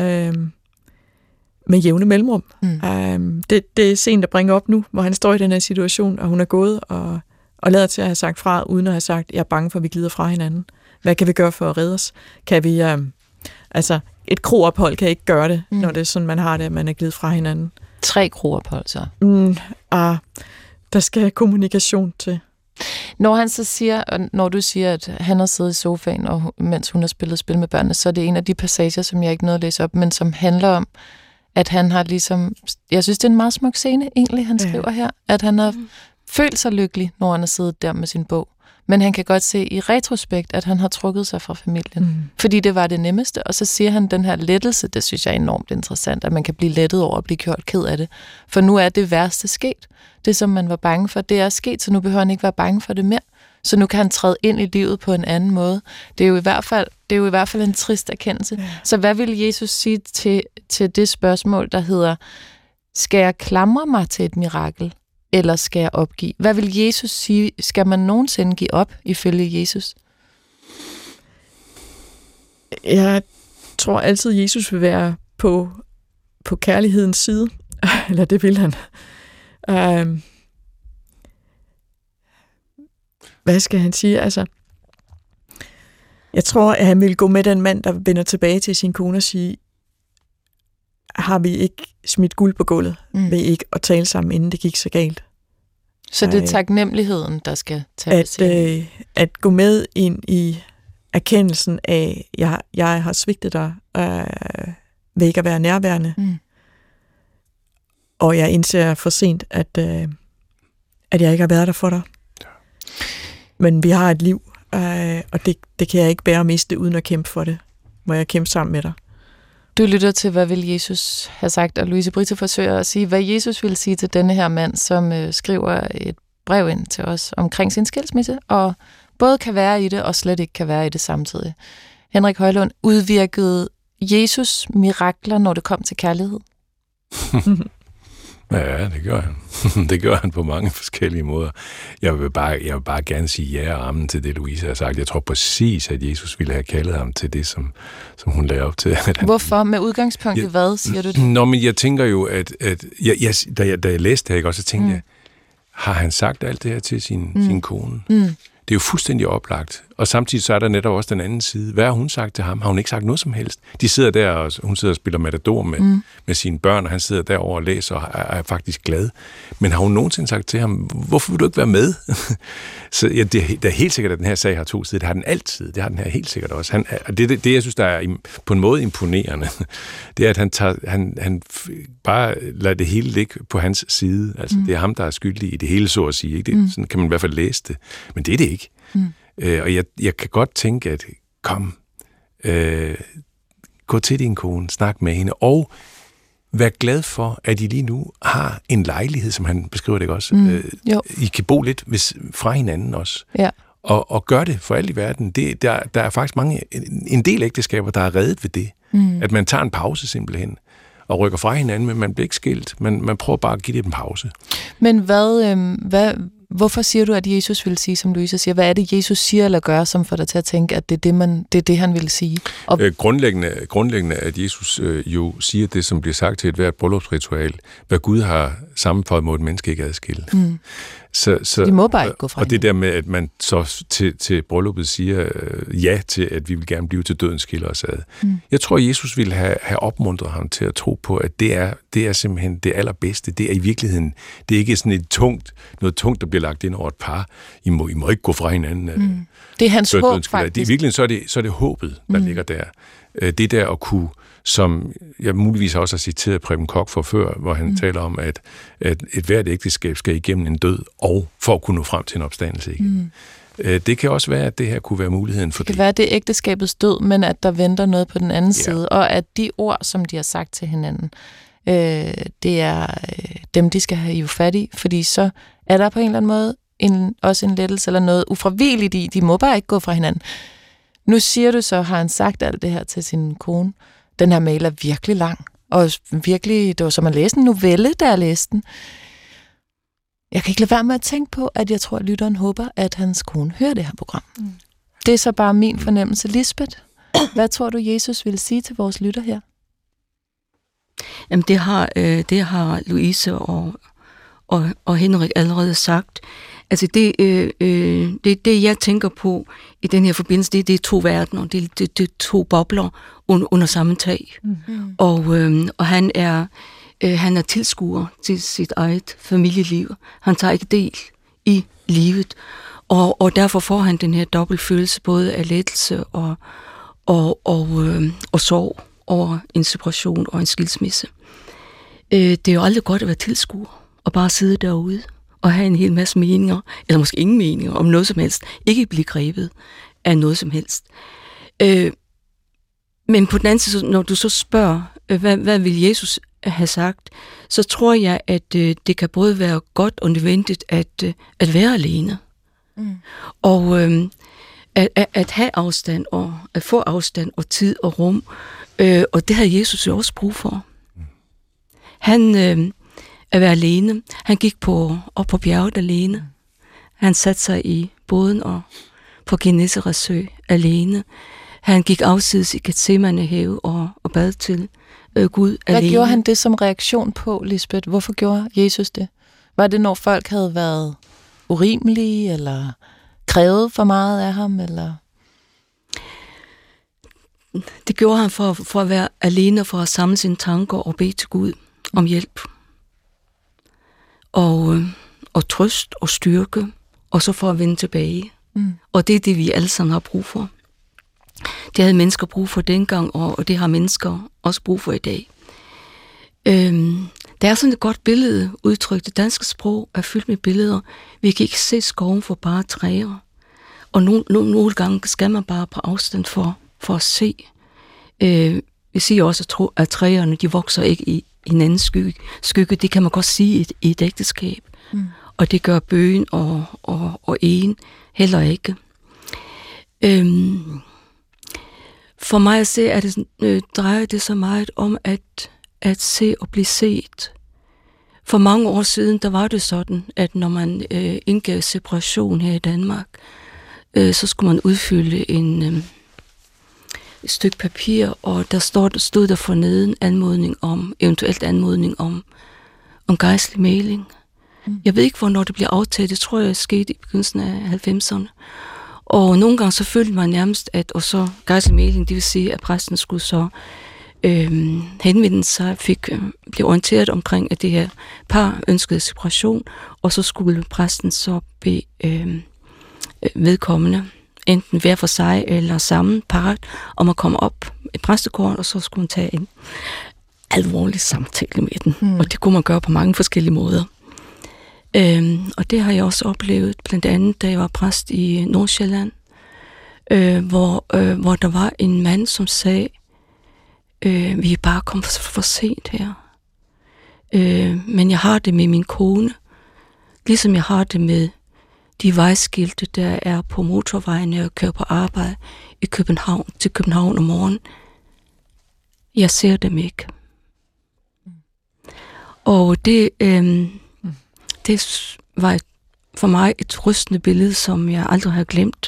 med jævne mellemrum. Det er scenen, der bringer op nu, hvor han står i den her situation, og hun er gået og lader til at have sagt fra, uden at have sagt, jeg er bange for, at vi glider fra hinanden. Hvad kan vi gøre for at redde os? Kan vi, altså et kroophold kan ikke gøre det, når det er sådan, man har det, at man er glidet fra hinanden. 3 kroophold så? Der skal kommunikation til. Når han så siger, og når du siger, at han har siddet i sofaen, og mens hun har spillet spil med børnene, så er det en af de passager, som jeg ikke nåede at læse op, men som handler om, at han har ligesom... Jeg synes, det er en meget smuk scene, egentlig, han skriver her. At han har følt sig lykkelig, når han har siddet der med sin bog. Men han kan godt se i retrospekt, at han har trukket sig fra familien. Fordi det var det nemmeste. Og så siger han, den her lettelse, det synes jeg er enormt interessant, at man kan blive lettet over at blive gjort ked af det. For nu er det værste sket. Det, som man var bange for, det er sket, så nu behøver han ikke være bange for det mere. Så nu kan han træde ind i livet på en anden måde. Det er jo i hvert fald en trist erkendelse. Ja. Så hvad vil Jesus sige til det spørgsmål, der hedder, skal jeg klamre mig til et mirakel? Eller skal jeg opgive? Hvad vil Jesus sige? Skal man nogensinde give op, ifølge Jesus? Jeg tror altid, Jesus vil være på kærlighedens side. Eller det vil han. Hvad skal han sige? Altså, jeg tror, at han vil gå med den mand, der vender tilbage til sin kone og sige, har vi ikke smidt guld på gulvet ved ikke at tale sammen, inden det gik så galt. Så det er taknemmeligheden, der skal tages at gå med ind i erkendelsen af, jeg har svigtet dig, ved ikke at være nærværende. Og jeg indser for sent, at jeg ikke har været der for dig. Men vi har et liv, og det kan jeg ikke bære at miste uden at kæmpe for det. Må jeg kæmpe sammen med dig. Du lytter til, hvad vil Jesus have sagt, og Louise Britte forsøger at sige, hvad Jesus vil sige til denne her mand, som skriver et brev ind til os omkring sin skilsmisse, og både kan være i det, og slet ikke kan være i det samtidig. Henrik Højlund, udvirkede Jesus mirakler, når det kom til kærlighed? Ja, det gør han. Det gør han på mange forskellige måder. Jeg vil bare gerne sige ja og amen til det, Louise har sagt. Jeg tror præcis, at Jesus ville have kaldet ham til det, som hun lagde op til. Hvorfor? Med udgangspunkt i hvad, siger du det? Nå, men jeg tænker jo, at da jeg læste det, ikke, også, så tænkte jeg, har han sagt alt det her til sin kone? Det er jo fuldstændig oplagt. Og samtidig så er der netop også den anden side. Hvad har hun sagt til ham? Har hun ikke sagt noget som helst? De sidder der, og hun sidder og spiller Matador med sine børn, og han sidder derovre og læser og er faktisk glad. Men har hun nogensinde sagt til ham, hvorfor vil du ikke være med? Så ja, det er helt sikkert, at den her sag har to sider. Det har den altid. Det har den her helt sikkert også. Det jeg synes, der er på en måde imponerende, det er, at han bare lader det hele ligge på hans side. Altså, det er ham, der er skyldig i det hele, så at sige. Ikke? Sådan kan man i hvert fald læse det. Men det er det ikke. Og jeg kan godt tænke, at gå til din kone, snak med hende, og vær glad for, at I lige nu har en lejlighed, som han beskriver det, ikke også? I kan bo lidt fra hinanden også. Ja. Og gør det for alt i verden. Der er faktisk en del ægteskaber, der er reddet ved det. At man tager en pause simpelthen, og rykker fra hinanden, men man bliver ikke skilt. Man prøver bare at give det en pause. Men hvorfor siger du, at Jesus vil sige, som Louise siger? Hvad er det, Jesus siger eller gør, som får dig til at tænke, at det er det, han vil sige? Grundlæggende, at Jesus jo siger det, som bliver sagt til et hvert bryllupsritual, hvad Gud har sammenføjet, må et menneske ikke adskille. Så de må bare ikke gå fra. Og det der med, at man så til brylluppet siger ja til, at vi vil gerne blive til døden skiller os ad. Jeg tror, Jesus ville have opmuntret ham til at tro på, at det er simpelthen det allerbedste. Det er i virkeligheden, det er ikke sådan noget tungt, der bliver lagt ind over et par. I må ikke gå fra hinanden. Det er hans håb, faktisk. I virkeligheden så er det håbet, der ligger der. Det der at kunne, som jeg muligvis også har citeret Preben Koch for før, hvor han taler om, at et hvert ægteskab skal igennem en død, og for at kunne nå frem til en opstandelse igen. Det kan også være, at det her kunne være muligheden for det. Det kan være, at det er ægteskabets død, men at der venter noget på den anden side, og at de ord, som de har sagt til hinanden, det er dem, de skal have hive fat i, fordi så er der på en eller anden måde også en lettelse eller noget ufravigeligt i. De må bare ikke gå fra hinanden. Nu siger du så, har han sagt alt det her til sin kone. Den her mail er virkelig lang, og virkelig, det var som at læse en novelle, da jeg læste den. Jeg kan ikke lade være med at tænke på, at jeg tror, at lytteren håber, at hans kone hører det her program. Det er så bare min fornemmelse. Lisbeth, hvad tror du, Jesus ville sige til vores lytter her? Jamen, det har Louise og Henrik allerede sagt. Altså det jeg tænker på i den her forbindelse, det er to verdener, det er to bobler under samme tag. Og han er tilskuer til sit eget familieliv. Han tager ikke del i livet, og derfor får han den her dobbelt følelse både af lettelse og sorg over en separation og en skilsmisse. Det er jo aldrig godt at være tilskuer og bare sidde derude og have en hel masse meninger, eller måske ingen meninger om noget som helst. Ikke blive grebet af noget som helst. Men på den anden side, når du så spørger, hvad vil Jesus have sagt, så tror jeg, at det kan både være godt og nødvendigt at være alene. Og at have afstand, og at få afstand og tid og rum. Og det havde Jesus jo også brug for. Han at være alene. Han gik op på bjerget alene. Han satte sig i båden og på Genesarets sø alene. Han gik afsides i Getsemane have og bad til Gud alene. Hvad gjorde han det som reaktion på, Lisbeth? Hvorfor gjorde Jesus det? Var det, når folk havde været urimelige, eller krævet for meget af ham, eller? Det gjorde han for at være alene, for at samle sine tanker og bede til Gud om hjælp. Og trøst og styrke, og så for at vende tilbage. Og det er det, vi alle sammen har brug for. Det havde mennesker brug for dengang, og det har mennesker også brug for i dag. Der er sådan et godt billede udtrykt. Det danske sprog er fyldt med billeder. Vi kan ikke se skoven for bare træer. Og nogle gange skal man bare på afstand for at se. Vi siger også, at træerne de vokser ikke i en anden skygge. Det kan man godt sige i et ægteskab. Og det gør bøgen og en heller ikke. For mig at se, drejer det så meget om at se og blive set. For mange år siden, der var det sådan, at når man indgav separation her i Danmark, så skulle man udfylde et stykke papir, og der stod der forneden eventuelt anmodning om gejstlig mægling. Jeg ved ikke, hvornår det bliver aftalt. Det tror jeg skete i begyndelsen af 90'erne. Og nogle gange så følte man nærmest, at og så gejstlig mægling, det vil sige, at præsten skulle så henvende sig, blev orienteret omkring, at det her par ønskede separation, og så skulle præsten så bede vedkommende, enten hver for sig eller sammen parret, om at komme op i præstegården, og så skulle man tage en alvorlig samtale med den. Og det kunne man gøre på mange forskellige måder. Og det har jeg også oplevet, blandt andet, da jeg var præst i Nordsjælland, hvor der var en mand, som sagde, vi er bare kommet for sent her. Men jeg har det med min kone, ligesom jeg har det med de vejskilte, der er på motorvejene og kører på arbejde i København, til København om morgenen. Jeg ser dem ikke. Og det var for mig et rystende billede, som jeg aldrig har glemt.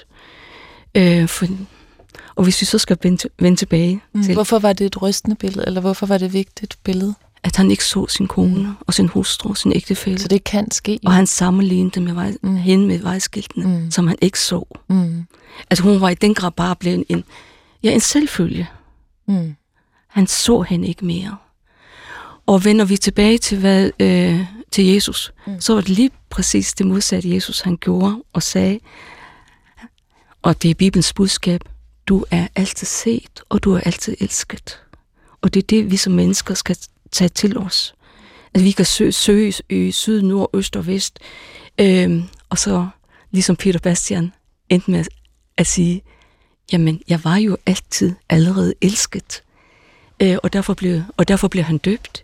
Og hvis vi så skal vende tilbage til... Hvorfor var det et rystende billede, eller hvorfor var det et vigtigt billede? At han ikke så sin kone og sin hustru, sin ægtefælle. Så det kan ske. Og han sammenlignede med hende med vejskiltene, som han ikke så. Altså hun var i den grad bare blevet en selvfølge. Han så hende ikke mere. Og vender vi tilbage til til Jesus, så var det lige præcis det modsatte Jesus, han gjorde og sagde, og det er Bibelens budskab, du er altid set, og du er altid elsket. Og det er det, vi som mennesker skal tage til os. At vi kan søge i syd, nord, øst og vest, og så, ligesom Peter Bastian, endte med at sige, jamen, jeg var jo altid allerede elsket. Og derfor blev han døbt.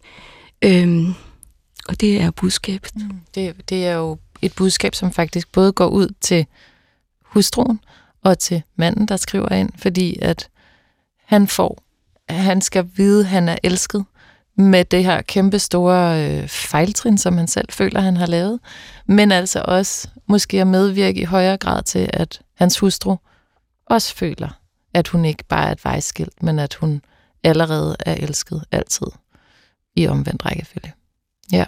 Og det er budskabet. Det er jo et budskab, som faktisk både går ud til hustruen og til manden, der skriver ind, fordi at han skal vide, at han er elsket med det her kæmpe store fejltrin, som han selv føler, han har lavet, men altså også måske at medvirke i højere grad til, at hans hustru også føler, at hun ikke bare er et vejskilt, men at hun allerede er elsket altid i omvendt rækkefølge. Ja.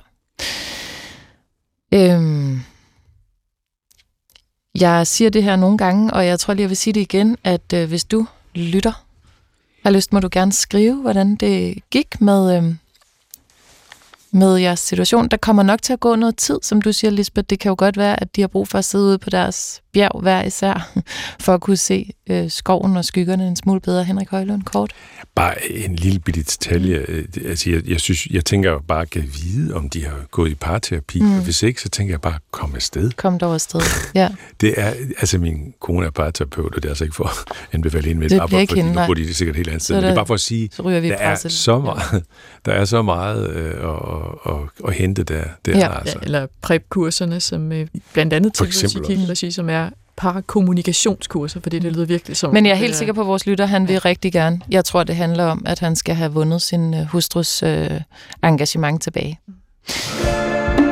Jeg siger det her nogle gange, og jeg tror lige, jeg vil sige det igen, at hvis du lytter, har lyst, må du gerne skrive, hvordan det gik med jeres situation. Der kommer nok til at gå noget tid, som du siger, Lisbeth. Det kan jo godt være, at de har brug for at sidde ude på deres bjerg hver især, for at kunne se skoven og skyggerne en smule bedre. Henrik Højlund, kort. Bare en lille bitte detalje. Altså, jeg tænker jo bare at vide, om de har gået i parterapi. Og hvis ikke, så tænker jeg bare, kom afsted. Kom dog afsted, ja. Det er, altså min kone er parterapeut, og det er altså ikke for at anbefale en med et arbejde, fordi nu burde de det sikkert et helt andet sted. Men det er bare for at sige, der er så meget at hente der. Ja, altså. Eller PrEP-kurserne, som blandt andet til som er parakommunikationskurser, fordi det lyder virkelig som... Men jeg er helt sikker på, at vores lytter, han vil rigtig gerne. Jeg tror, det handler om, at han skal have vundet sin hustrus engagement tilbage.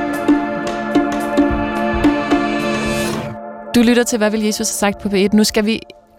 Du lytter til, hvad vil Jesus have sagt på P1. Nu skal vi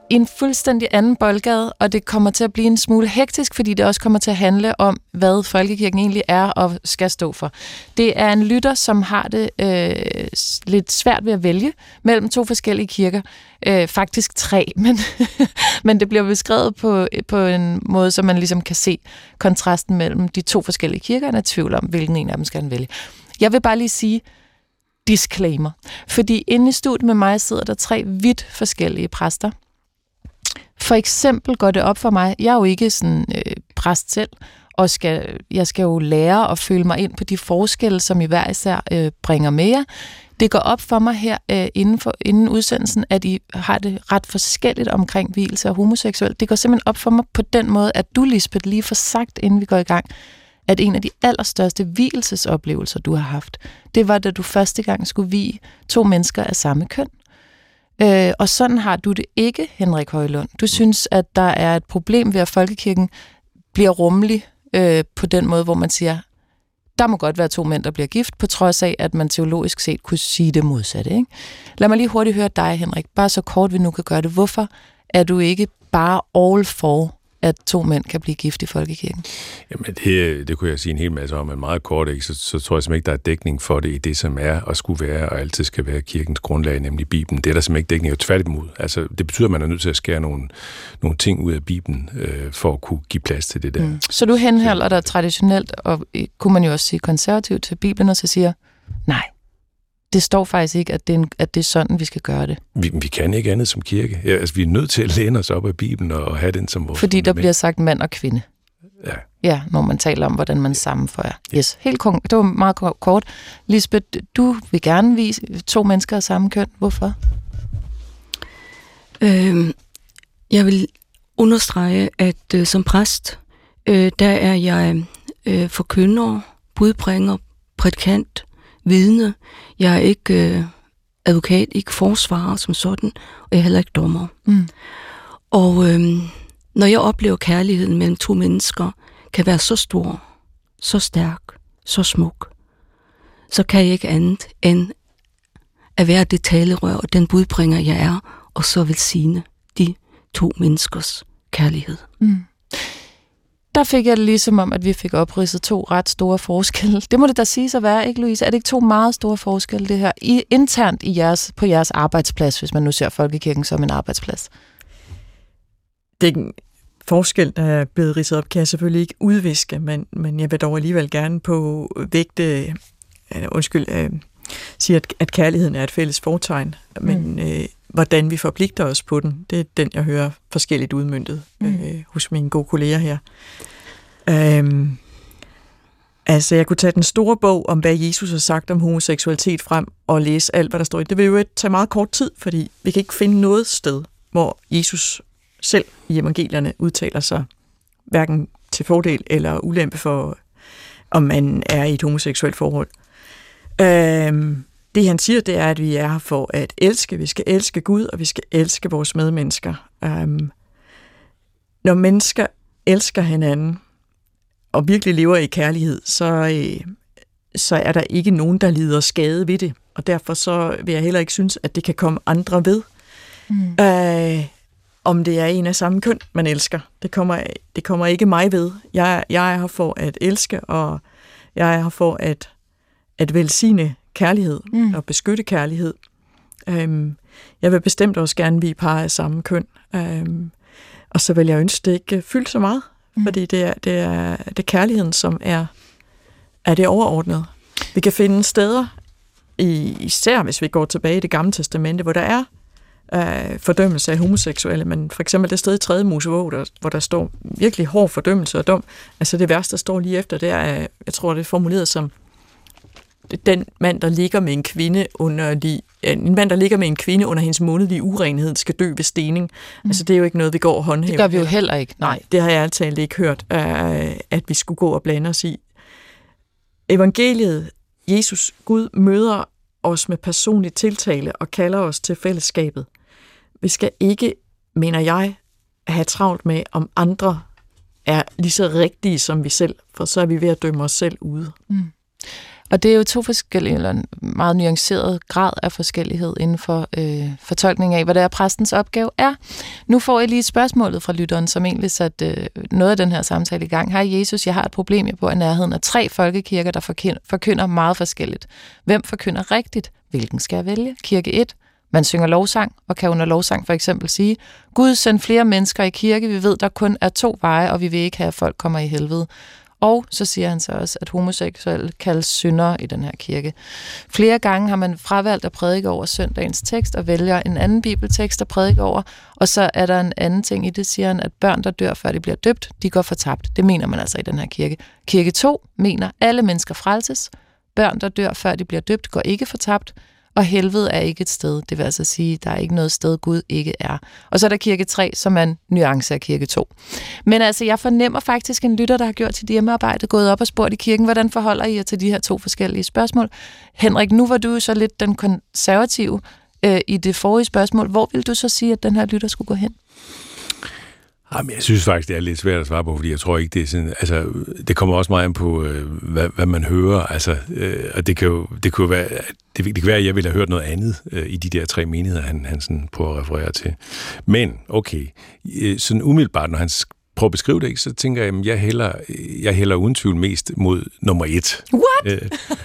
i en fuldstændig anden boldgade, og det kommer til at blive en smule hektisk, fordi det også kommer til at handle om, hvad folkekirken egentlig er og skal stå for. Det er en lytter, som har det lidt svært ved at vælge mellem 2 forskellige kirker. Faktisk 3, men det bliver beskrevet på en måde, så man ligesom kan se kontrasten mellem de 2 forskellige kirker, og er i tvivl om, hvilken en af dem skal han vælge. Jeg vil bare lige sige disclaimer, fordi inde i studiet med mig sidder der 3 vidt forskellige præster. For eksempel går det op for mig, jeg er jo ikke sådan præst selv, og jeg skal jo lære at føle mig ind på de forskelle, som I hver især bringer med jer. Det går op for mig her inden udsendelsen, at I har det ret forskelligt omkring vielse og homoseksuel. Det går simpelthen op for mig på den måde, at du, Lisbeth, lige får sagt, inden vi går i gang, at en af de allerstørste vielsesoplevelser, du har haft, det var, da du første gang skulle vie 2 mennesker af samme køn. Og sådan har du det ikke, Henrik Højlund. Du synes, at der er et problem ved, at folkekirken bliver rummelig på den måde, hvor man siger, der må godt være 2 mænd, der bliver gift, på trods af, at man teologisk set kunne sige det modsatte. Ikke? Lad mig lige hurtigt høre dig, Henrik. Bare så kort vi nu kan gøre det. Hvorfor er du ikke bare all for, at 2 mænd kan blive gift i folkekirken? Jamen, det kunne jeg sige en hel masse om, men meget kort, ikke? Så tror jeg simpelthen ikke, der er dækning for det i det, som er og skulle være, og altid skal være kirkens grundlag, nemlig Bibelen. Det er der simpelthen ikke dækning, jo tværtimod. Altså, det betyder, at man er nødt til at skære nogle ting ud af Bibelen, for at kunne give plads til det der. Så du henholder dig traditionelt, og kunne man jo også sige konservativt til Bibelen, og så siger, nej, det står faktisk ikke, at det er sådan, vi skal gøre det. Vi kan ikke andet som kirke. Ja, altså, vi er nødt til at læne os op af Bibelen og have den som vores fordi der bliver sagt mand og kvinde. Ja. Ja, når man taler om, hvordan man sammenføjer. Yes, helt det var meget kort. Lisbeth, du vil gerne vise 2 mennesker af samme køn. Hvorfor? Jeg vil understrege, at som præst, der er jeg forkynder, budbringer, prædikant, vidne. Jeg er ikke advokat, ikke forsvarer som sådan, og jeg er heller ikke dommer. Og når jeg oplever kærligheden mellem 2 mennesker, kan være så stor, så stærk, så smuk, så kan jeg ikke andet end at være det talerør og den budbringer, jeg er, og så velsigne de 2 menneskers kærlighed. Der fik jeg det ligesom om, at vi fik opridset 2 ret store forskelle. Det må det da sige at være, ikke Louise? Er det ikke 2 meget store forskelle, det her? Internt på jeres arbejdsplads, hvis man nu ser folkekirken som en arbejdsplads? Den forskel, der er blevet ridset op, kan jeg selvfølgelig ikke udviske, men jeg vil dog alligevel gerne på sige, at kærligheden er et fælles fortegn, men hvordan vi forpligter os på den, det er den, jeg hører forskelligt udmøntet hos mine gode kolleger her. Altså, jeg kunne tage den store bog om, hvad Jesus har sagt om homoseksualitet frem og læse alt, hvad der står i. Det vil jo tage meget kort tid, fordi vi kan ikke finde noget sted, hvor Jesus selv i evangelierne udtaler sig hverken til fordel eller ulempe for, om man er i et homoseksuelt forhold. Det han siger, det er, at vi er her for at elske. Vi skal elske Gud, og vi skal elske vores medmennesker. Når mennesker elsker hinanden og virkelig lever i kærlighed, så er der ikke nogen, der lider skade ved det. Og derfor så vil jeg heller ikke synes, at det kan komme andre ved. Om det er en af samme køn, man elsker. Det kommer ikke mig ved. Jeg er her for at elske, og jeg er her for at velsigne kærlighed og beskytte kærlighed. Jeg vil bestemt også gerne vie par af samme køn. Og så vil jeg ønske, det ikke fyldt så meget, fordi det er kærligheden, som er det overordnede. Vi kan finde steder, især hvis vi går tilbage i Det Gamle Testamente, hvor der er fordømmelse af homoseksuelle, men for eksempel det sted i 3. Mosebog, hvor der står virkelig hård fordømmelse og dom. Altså det værste, der står lige efter, det er, jeg tror, det er formuleret som den mand, der ligger med en kvinde under hendes månedlige urenhed, skal dø ved stening. Altså det er jo ikke noget, vi går og håndhæver. Det gør vi jo heller ikke. Nej, det har jeg altid ikke hørt, at vi skulle gå og blande os i. Evangeliet, Jesus, Gud møder os med personlig tiltale og kalder os til fællesskabet. Vi skal ikke, mener jeg, have travlt med, om andre er lige så rigtige som vi selv, for så er vi ved at dømme os selv ude. Og det er jo to forskellige, eller en meget nuanceret grad af forskellighed inden for fortolkning af, hvad det er, præstens opgave er. Nu får jeg lige et spørgsmål fra lytteren, som egentlig satte noget af den her samtale i gang. Hej Jesus, jeg har et problem, jeg bor i nærheden af 3 folkekirker, der forkynder meget forskelligt. Hvem forkynder rigtigt? Hvilken skal jeg vælge? Kirke 1. Man synger lovsang, og kan under lovsang for eksempel sige, Gud send flere mennesker i kirke, vi ved, der kun er 2 veje, og vi vil ikke have, at folk kommer i helvede. Og så siger han så også, at homoseksuelle kaldes syndere i den her kirke. Flere gange har man fravalgt at prædike over søndagens tekst, og vælger en anden bibeltekst at prædike over, og så er der en anden ting i det, siger han, at børn, der dør, før de bliver døbt, de går fortabt. Det mener man altså i den her kirke. Kirke 2 mener, alle mennesker frelses. Børn, der dør, før de bliver døbt, går ikke fortabt. Og helvede er ikke et sted. Det vil altså sige, at der er ikke noget sted, Gud ikke er. Og så er der kirke 3, som er en nuance af kirke 2. Men altså, jeg fornemmer faktisk en lytter, der har gjort sit hjemmearbejde, gået op og spurgt i kirken, hvordan forholder I jer til de her 2 forskellige spørgsmål? Henrik, nu var du så lidt den konservative i det forrige spørgsmål. Hvor vil du så sige, at den her lytter skulle gå hen? Jamen, jeg synes faktisk, det er lidt svært at svare på, fordi jeg tror ikke, det er sådan... Altså, det kommer også meget an på, hvad man hører. Altså, og det kan jo være... Det kan være, at jeg ville have hørt noget andet i de der 3 menigheder, han sådan prøver at referere til. Men, okay, sådan umiddelbart, når han prøver at beskrive det, ikke, så tænker jeg, at jeg hælder uden tvivl mest mod nummer 1. What?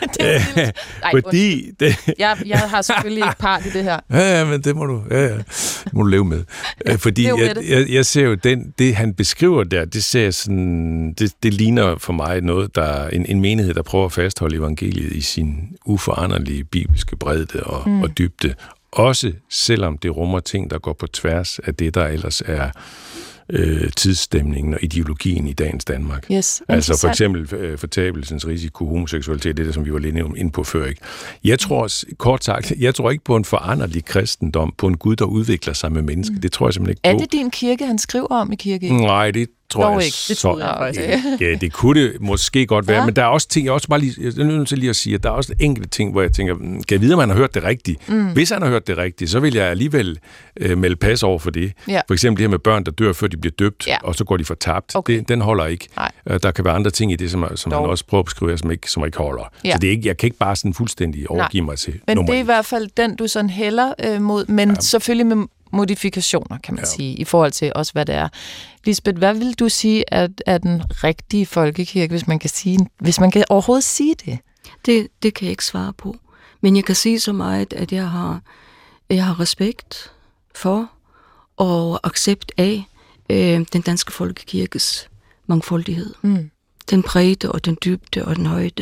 Fordi... Jeg har selvfølgelig ikke part i det her. Ja, men det må du, det må du leve med. Fordi jeg ser jo, det han beskriver der, det ser sådan, det ligner for mig noget, der en menighed, der prøver at fastholde evangeliet i sin uforanderlige bibelske bredde og dybde. Også selvom det rummer ting, der går på tværs af det, der ellers er tidsstemningen og ideologien i dagens Danmark. Yes, altså for eksempel fortabelsens risiko, homoseksualitet, det der, som vi var lidt inde på før. Ikke? Jeg tror, kort sagt, ikke på en foranderlig kristendom, på en Gud, der udvikler sig med mennesker. Det tror jeg simpelthen ikke på. Er det din kirke, han skriver om i kirke? Nej, det tror jeg ikke. Det tror jeg faktisk. Ja, det kunne det måske godt være, men der er også ting, jeg er nødt til lige at sige, at der er også enkelte ting, hvor jeg tænker, kan jeg vide, om han har hørt det rigtigt? Hvis han har hørt det rigtigt, så vil jeg alligevel melde pas over for det. Ja. For eksempel det her med børn, der dør, før de bliver døbt, og så går de fortabt. Okay. Den holder ikke. Der kan være andre ting i det, som han også prøver at beskrive, som ikke holder. Ja. Så det er ikke, jeg kan ikke bare sådan fuldstændig overgive mig til men det er i hvert fald den, du sådan hælder mod, men selvfølgelig med modifikationer, kan man sige, i forhold til også, hvad det er. Lisbeth, hvad vil du sige er den rigtige folkekirke, hvis man kan overhovedet sige det? Det kan jeg ikke svare på. Men jeg kan sige så meget, at jeg har respekt for og accept af den danske folkekirkes mangfoldighed. Den bredde og den dybde og den højde.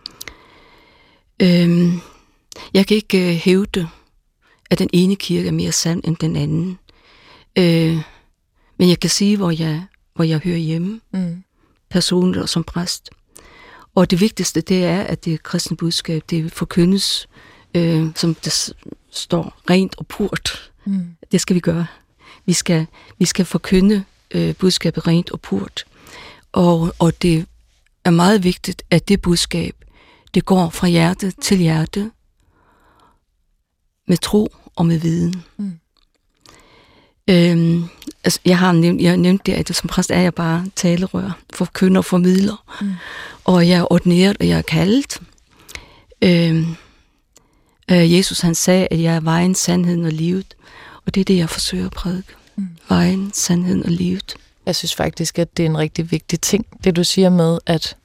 Jeg kan ikke hævde, at den ene kirke er mere sand end den anden. Men jeg kan sige, hvor jeg hører hjemme, personligt og som præst. Og det vigtigste, det er, at det kristne budskab, det forkyndes, som det står, rent og purt. Det skal vi gøre. Vi skal forkynde budskabet rent og purt. Og det er meget vigtigt, at det budskab, det går fra hjerte til hjerte, med tro og med viden. Altså, jeg har nævnt det, at som præst er jeg bare talerør, forkynder og formidler. Og jeg er ordineret, og jeg er kaldet. Jesus han sagde, at jeg er vejen, sandheden og livet. Og det er det, jeg forsøger at prædike. Vejen, sandheden og livet. Jeg synes faktisk, at det er en rigtig vigtig ting, det du siger med, at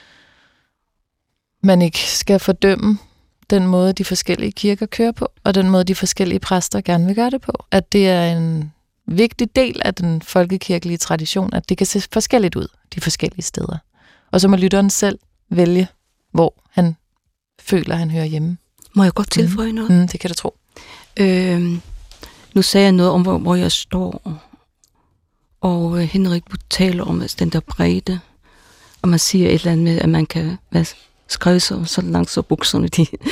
man ikke skal fordømme den måde, de forskellige kirker kører på, og den måde, de forskellige præster gerne vil gøre det på. At det er en vigtig del af den folkekirkelige tradition, at det kan se forskelligt ud, de forskellige steder. Og så må lytteren selv vælge, hvor han føler, han hører hjemme. Må jeg godt tilføje noget? Det kan du tro. Nu sagde jeg noget om, hvor jeg står, og Henrik taler om den der bredde, og man siger et eller andet med, at man kan skrive så langt, så bukserne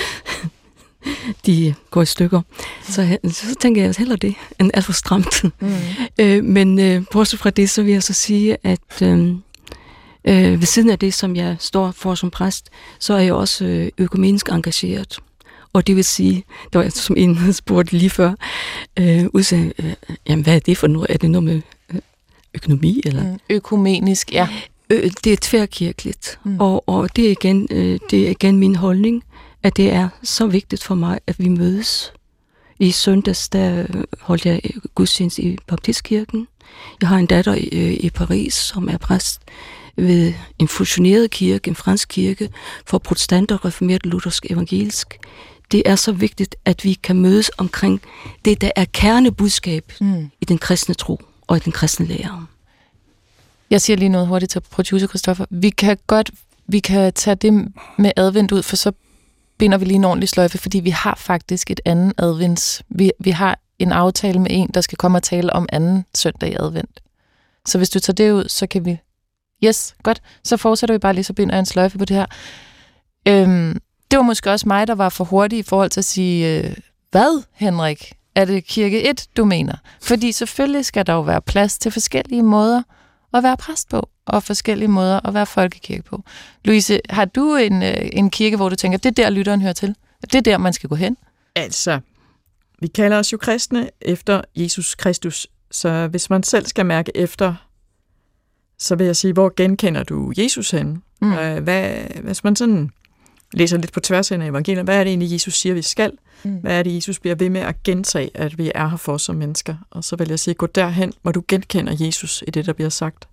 de går i stykker. Så tænker jeg hellere det, end alt for stramt. Men bortset fra det, så vil jeg så sige, at ved siden af det, som jeg står for som præst, så er jeg også økumenisk engageret. Og det vil sige, der var som en spurgte lige før, jamen hvad er det for noget? Er det noget med økonomi? Eller? Økumenisk, ja. Det er tværkirkeligt, og det er igen min holdning, at det er så vigtigt for mig, at vi mødes. I søndags, der holdt jeg gudstjeneste i Baptistkirken. Jeg har en datter i Paris, som er præst ved en fusioneret kirke, en fransk kirke, for protestanter, reformert, luthersk, evangelisk. Det er så vigtigt, at vi kan mødes omkring det, der er kernebudskab i den kristne tro og i den kristne lære. Jeg siger lige noget hurtigt til producer Christoffer. Vi kan tage det med advent ud, for så binder vi lige en ordentlig sløjfe, fordi vi har faktisk et andet advents. Vi har en aftale med en, der skal komme og tale om anden søndag i advent. Så hvis du tager det ud, så kan vi... Yes, godt. Så fortsætter vi bare lige, så binder jeg en sløjfe på det her. Det var måske også mig, der var for hurtig i forhold til at sige, hvad, Henrik? Er det kirke 1, du mener? Fordi selvfølgelig skal der jo være plads til forskellige måder at være præst på, og forskellige måder at være folkekirke på. Louise, har du en kirke, hvor du tænker, det er der, lytteren hører til? Det er der, man skal gå hen? Altså, vi kalder os jo kristne efter Jesus Kristus, så hvis man selv skal mærke efter, så vil jeg sige, hvor genkender du Jesus hen? Hvis man sådan læser lidt på tværs af evangeliet, hvad er det egentlig, Jesus siger, vi skal? Hvad er det, Jesus bliver ved med at gentage, at vi er her for som mennesker? Og så vil jeg sige, gå derhen, hvor du genkender Jesus i det, der bliver sagt.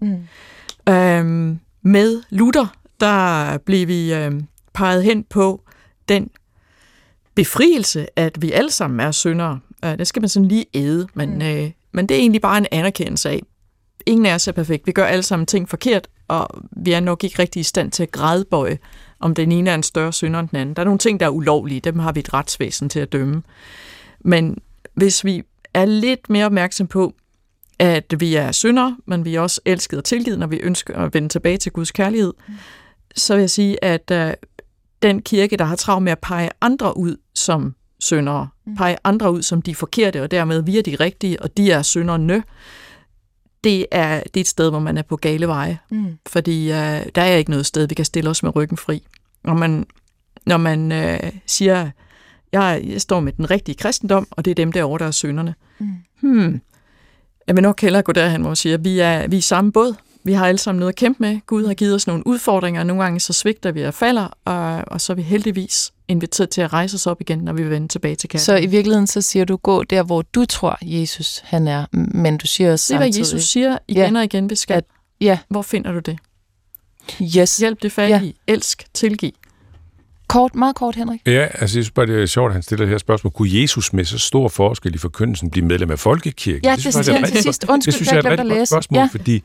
Med Luther, der blev vi peget hen på den befrielse, at vi alle sammen er syndere. Det skal man sådan lige æde, men det er egentlig bare en anerkendelse af, ingen af os er perfekt. Vi gør alle sammen ting forkert, og vi er nok ikke rigtig i stand til at gradbøje, om den ene er en større synder end den anden. Der er nogle ting, der er ulovlige, dem har vi et retsvæsen til at dømme. Men hvis vi er lidt mere opmærksom på, at vi er syndere, men vi er også elsket og tilgivet, når vi ønsker at vende tilbage til Guds kærlighed, så vil jeg sige, at den kirke, der har travlt med at pege andre ud som syndere, pege andre ud som de forkerte, og dermed vi er de rigtige, og de er synderne, det er et sted, hvor man er på gale veje. Fordi der er ikke noget sted, vi kan stille os med ryggen fri. Når man siger, jeg står med den rigtige kristendom, og det er dem derovre, der er synderne. Jeg vil nok hellere gå derhen, hvor man siger, vi er i samme båd. Vi har alle sammen noget at kæmpe med. Gud har givet os nogle udfordringer, og nogle gange så svigter vi og falder, og så er vi heldigvis inviteret til at rejse os op igen, når vi vender tilbage til kærlighed. Så i virkeligheden så siger du, gå der, hvor du tror, Jesus han er, men du siger også samtidig... Det er, hvad Jesus siger igen og igen, beskab. Hvor finder du det? Yes. Hjælp det fattige, elsk, tilgiv. Meget kort, Henrik. Ja, altså jeg synes bare, det er sjovt, at han stiller det her spørgsmål. Kunne Jesus med så stor forskel i forkyndelsen blive medlem af folkekirken? Ja, det siger han til sidst. Undskyld, det synes jeg er et rigtig godt spørgsmål, fordi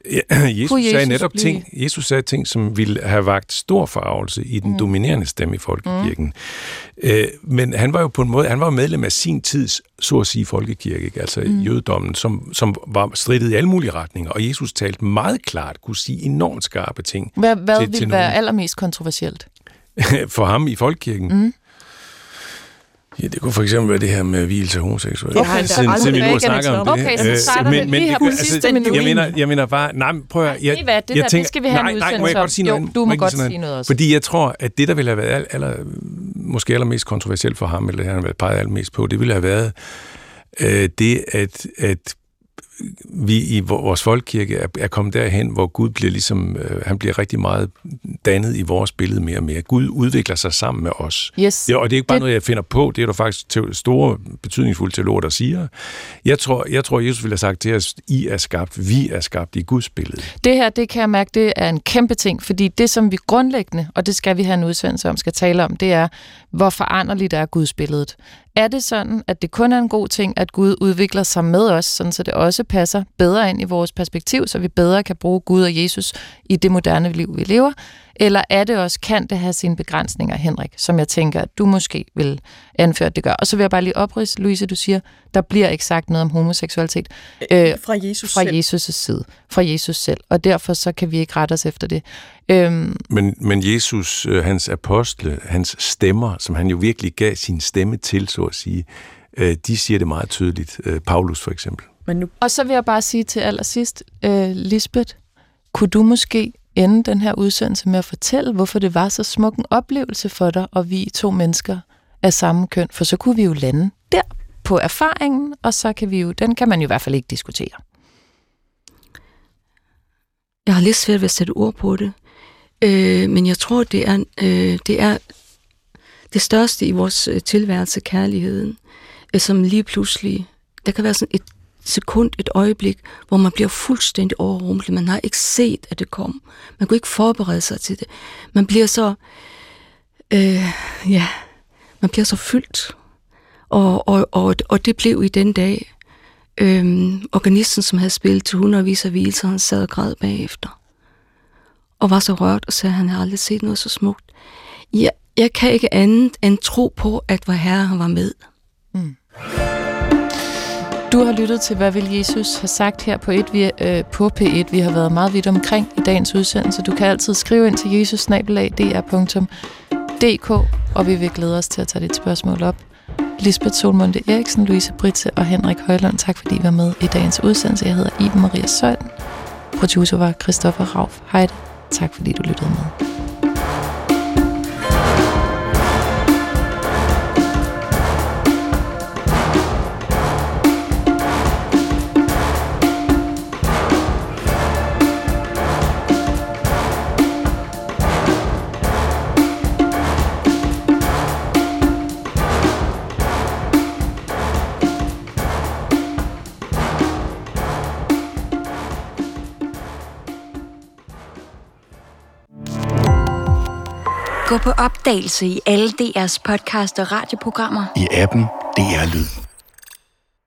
Jesus sagde ting, som ville have vakt stor forargelse i den dominerende stemme i folkekirken. Men han var jo på en måde, han var medlem af sin tids, så at sige, folkekirke, ikke? Altså jødedommen, som var strittet i alle mulige retninger, og Jesus talte meget klart, kunne sige enormt skarpe ting. Hvad ville være allermest kontroversielt? For ham i folkekirken? Ja, det kunne for eksempel være det her med vielse af homoseksuelle. Okay, siden vi nu snakker om det. Okay, så starter vi lige her på sidste minut. Jeg mener bare, prøv at... Det skal vi have en udsendelse om. Du må godt sige noget også. Fordi jeg tror, at det, der ville have været måske allermest kontroversielt for ham, eller han har været peget allermest på, det ville have været det, at vi i vores folkekirke er kommet derhen, hvor Gud bliver ligesom, han bliver rigtig meget dannet i vores billede mere og mere. Gud udvikler sig sammen med os. Yes. Og det er ikke bare noget, jeg finder på, det er der faktisk store, betydningsfulde teologer, der siger. Jeg tror, Jesus ville have sagt til os, I er skabt, vi er skabt i Guds billede. Det her, det kan jeg mærke, det er en kæmpe ting, fordi det, som vi grundlæggende, og det skal vi have en udsendelse om, skal tale om, det er, hvor foranderligt er Guds billedet. Er det sådan, at det kun er en god ting, at Gud udvikler sig med os, sådan så det også passer bedre ind i vores perspektiv, så vi bedre kan bruge Gud og Jesus i det moderne liv, vi lever? Eller er det også, kan det have sine begrænsninger, Henrik, som jeg tænker, at du måske vil anføre, at det gør? Og så vil jeg bare lige opridse, Louise, du siger, der bliver ikke sagt noget om homoseksualitet. Fra Jesus fra Jesus' side. Fra Jesus selv. Og derfor så kan vi ikke rette os efter det. Men Jesus, hans apostle, hans stemmer, som han jo virkelig gav sin stemme til, så at sige, de siger det meget tydeligt. Paulus for eksempel. Og så vil jeg bare sige til allersidst, Lisbeth, kunne du måske ende den her udsendelse med at fortælle, hvorfor det var så smuk en oplevelse for dig, og vi 2 mennesker af samme køn, for så kunne vi jo lande der på erfaringen, og så kan vi jo, den kan man jo i hvert fald ikke diskutere. Jeg har lidt svært ved at sætte ord på det. Men jeg tror, det er det største i vores tilværelse, kærligheden, som lige pludselig, der kan være sådan et sekund, et øjeblik, hvor man bliver fuldstændig overrumplet. Man har ikke set, at det kom. Man kunne ikke forberede sig til det. Man bliver så, man bliver så fyldt. Og det blev i den dag. Organisten, som havde spillet til hundredvis af vielser, han sad og græd bagefter. Og var så rørt og sagde, at han havde aldrig set noget så smukt. Jeg kan ikke andet end tro på, at vor Herre han var med. Mm. Du har lyttet til, hvad vil Jesus have sagt her på P1. Vi har været meget vidt omkring i dagens udsendelse. Du kan altid skrive ind til jesus@dr.dk, og vi vil glæde os til at tage dit spørgsmål op. Lisbeth Solmunde Eriksen, Louise Britze og Henrik Højlund, tak fordi I var med i dagens udsendelse. Jeg hedder Iben Maria Søjden. Producer var Christoffer Rauf Heide. Tak fordi du lyttede med. Gå på opdagelse i alle DR's podcast og radioprogrammer. I appen DR Lyd.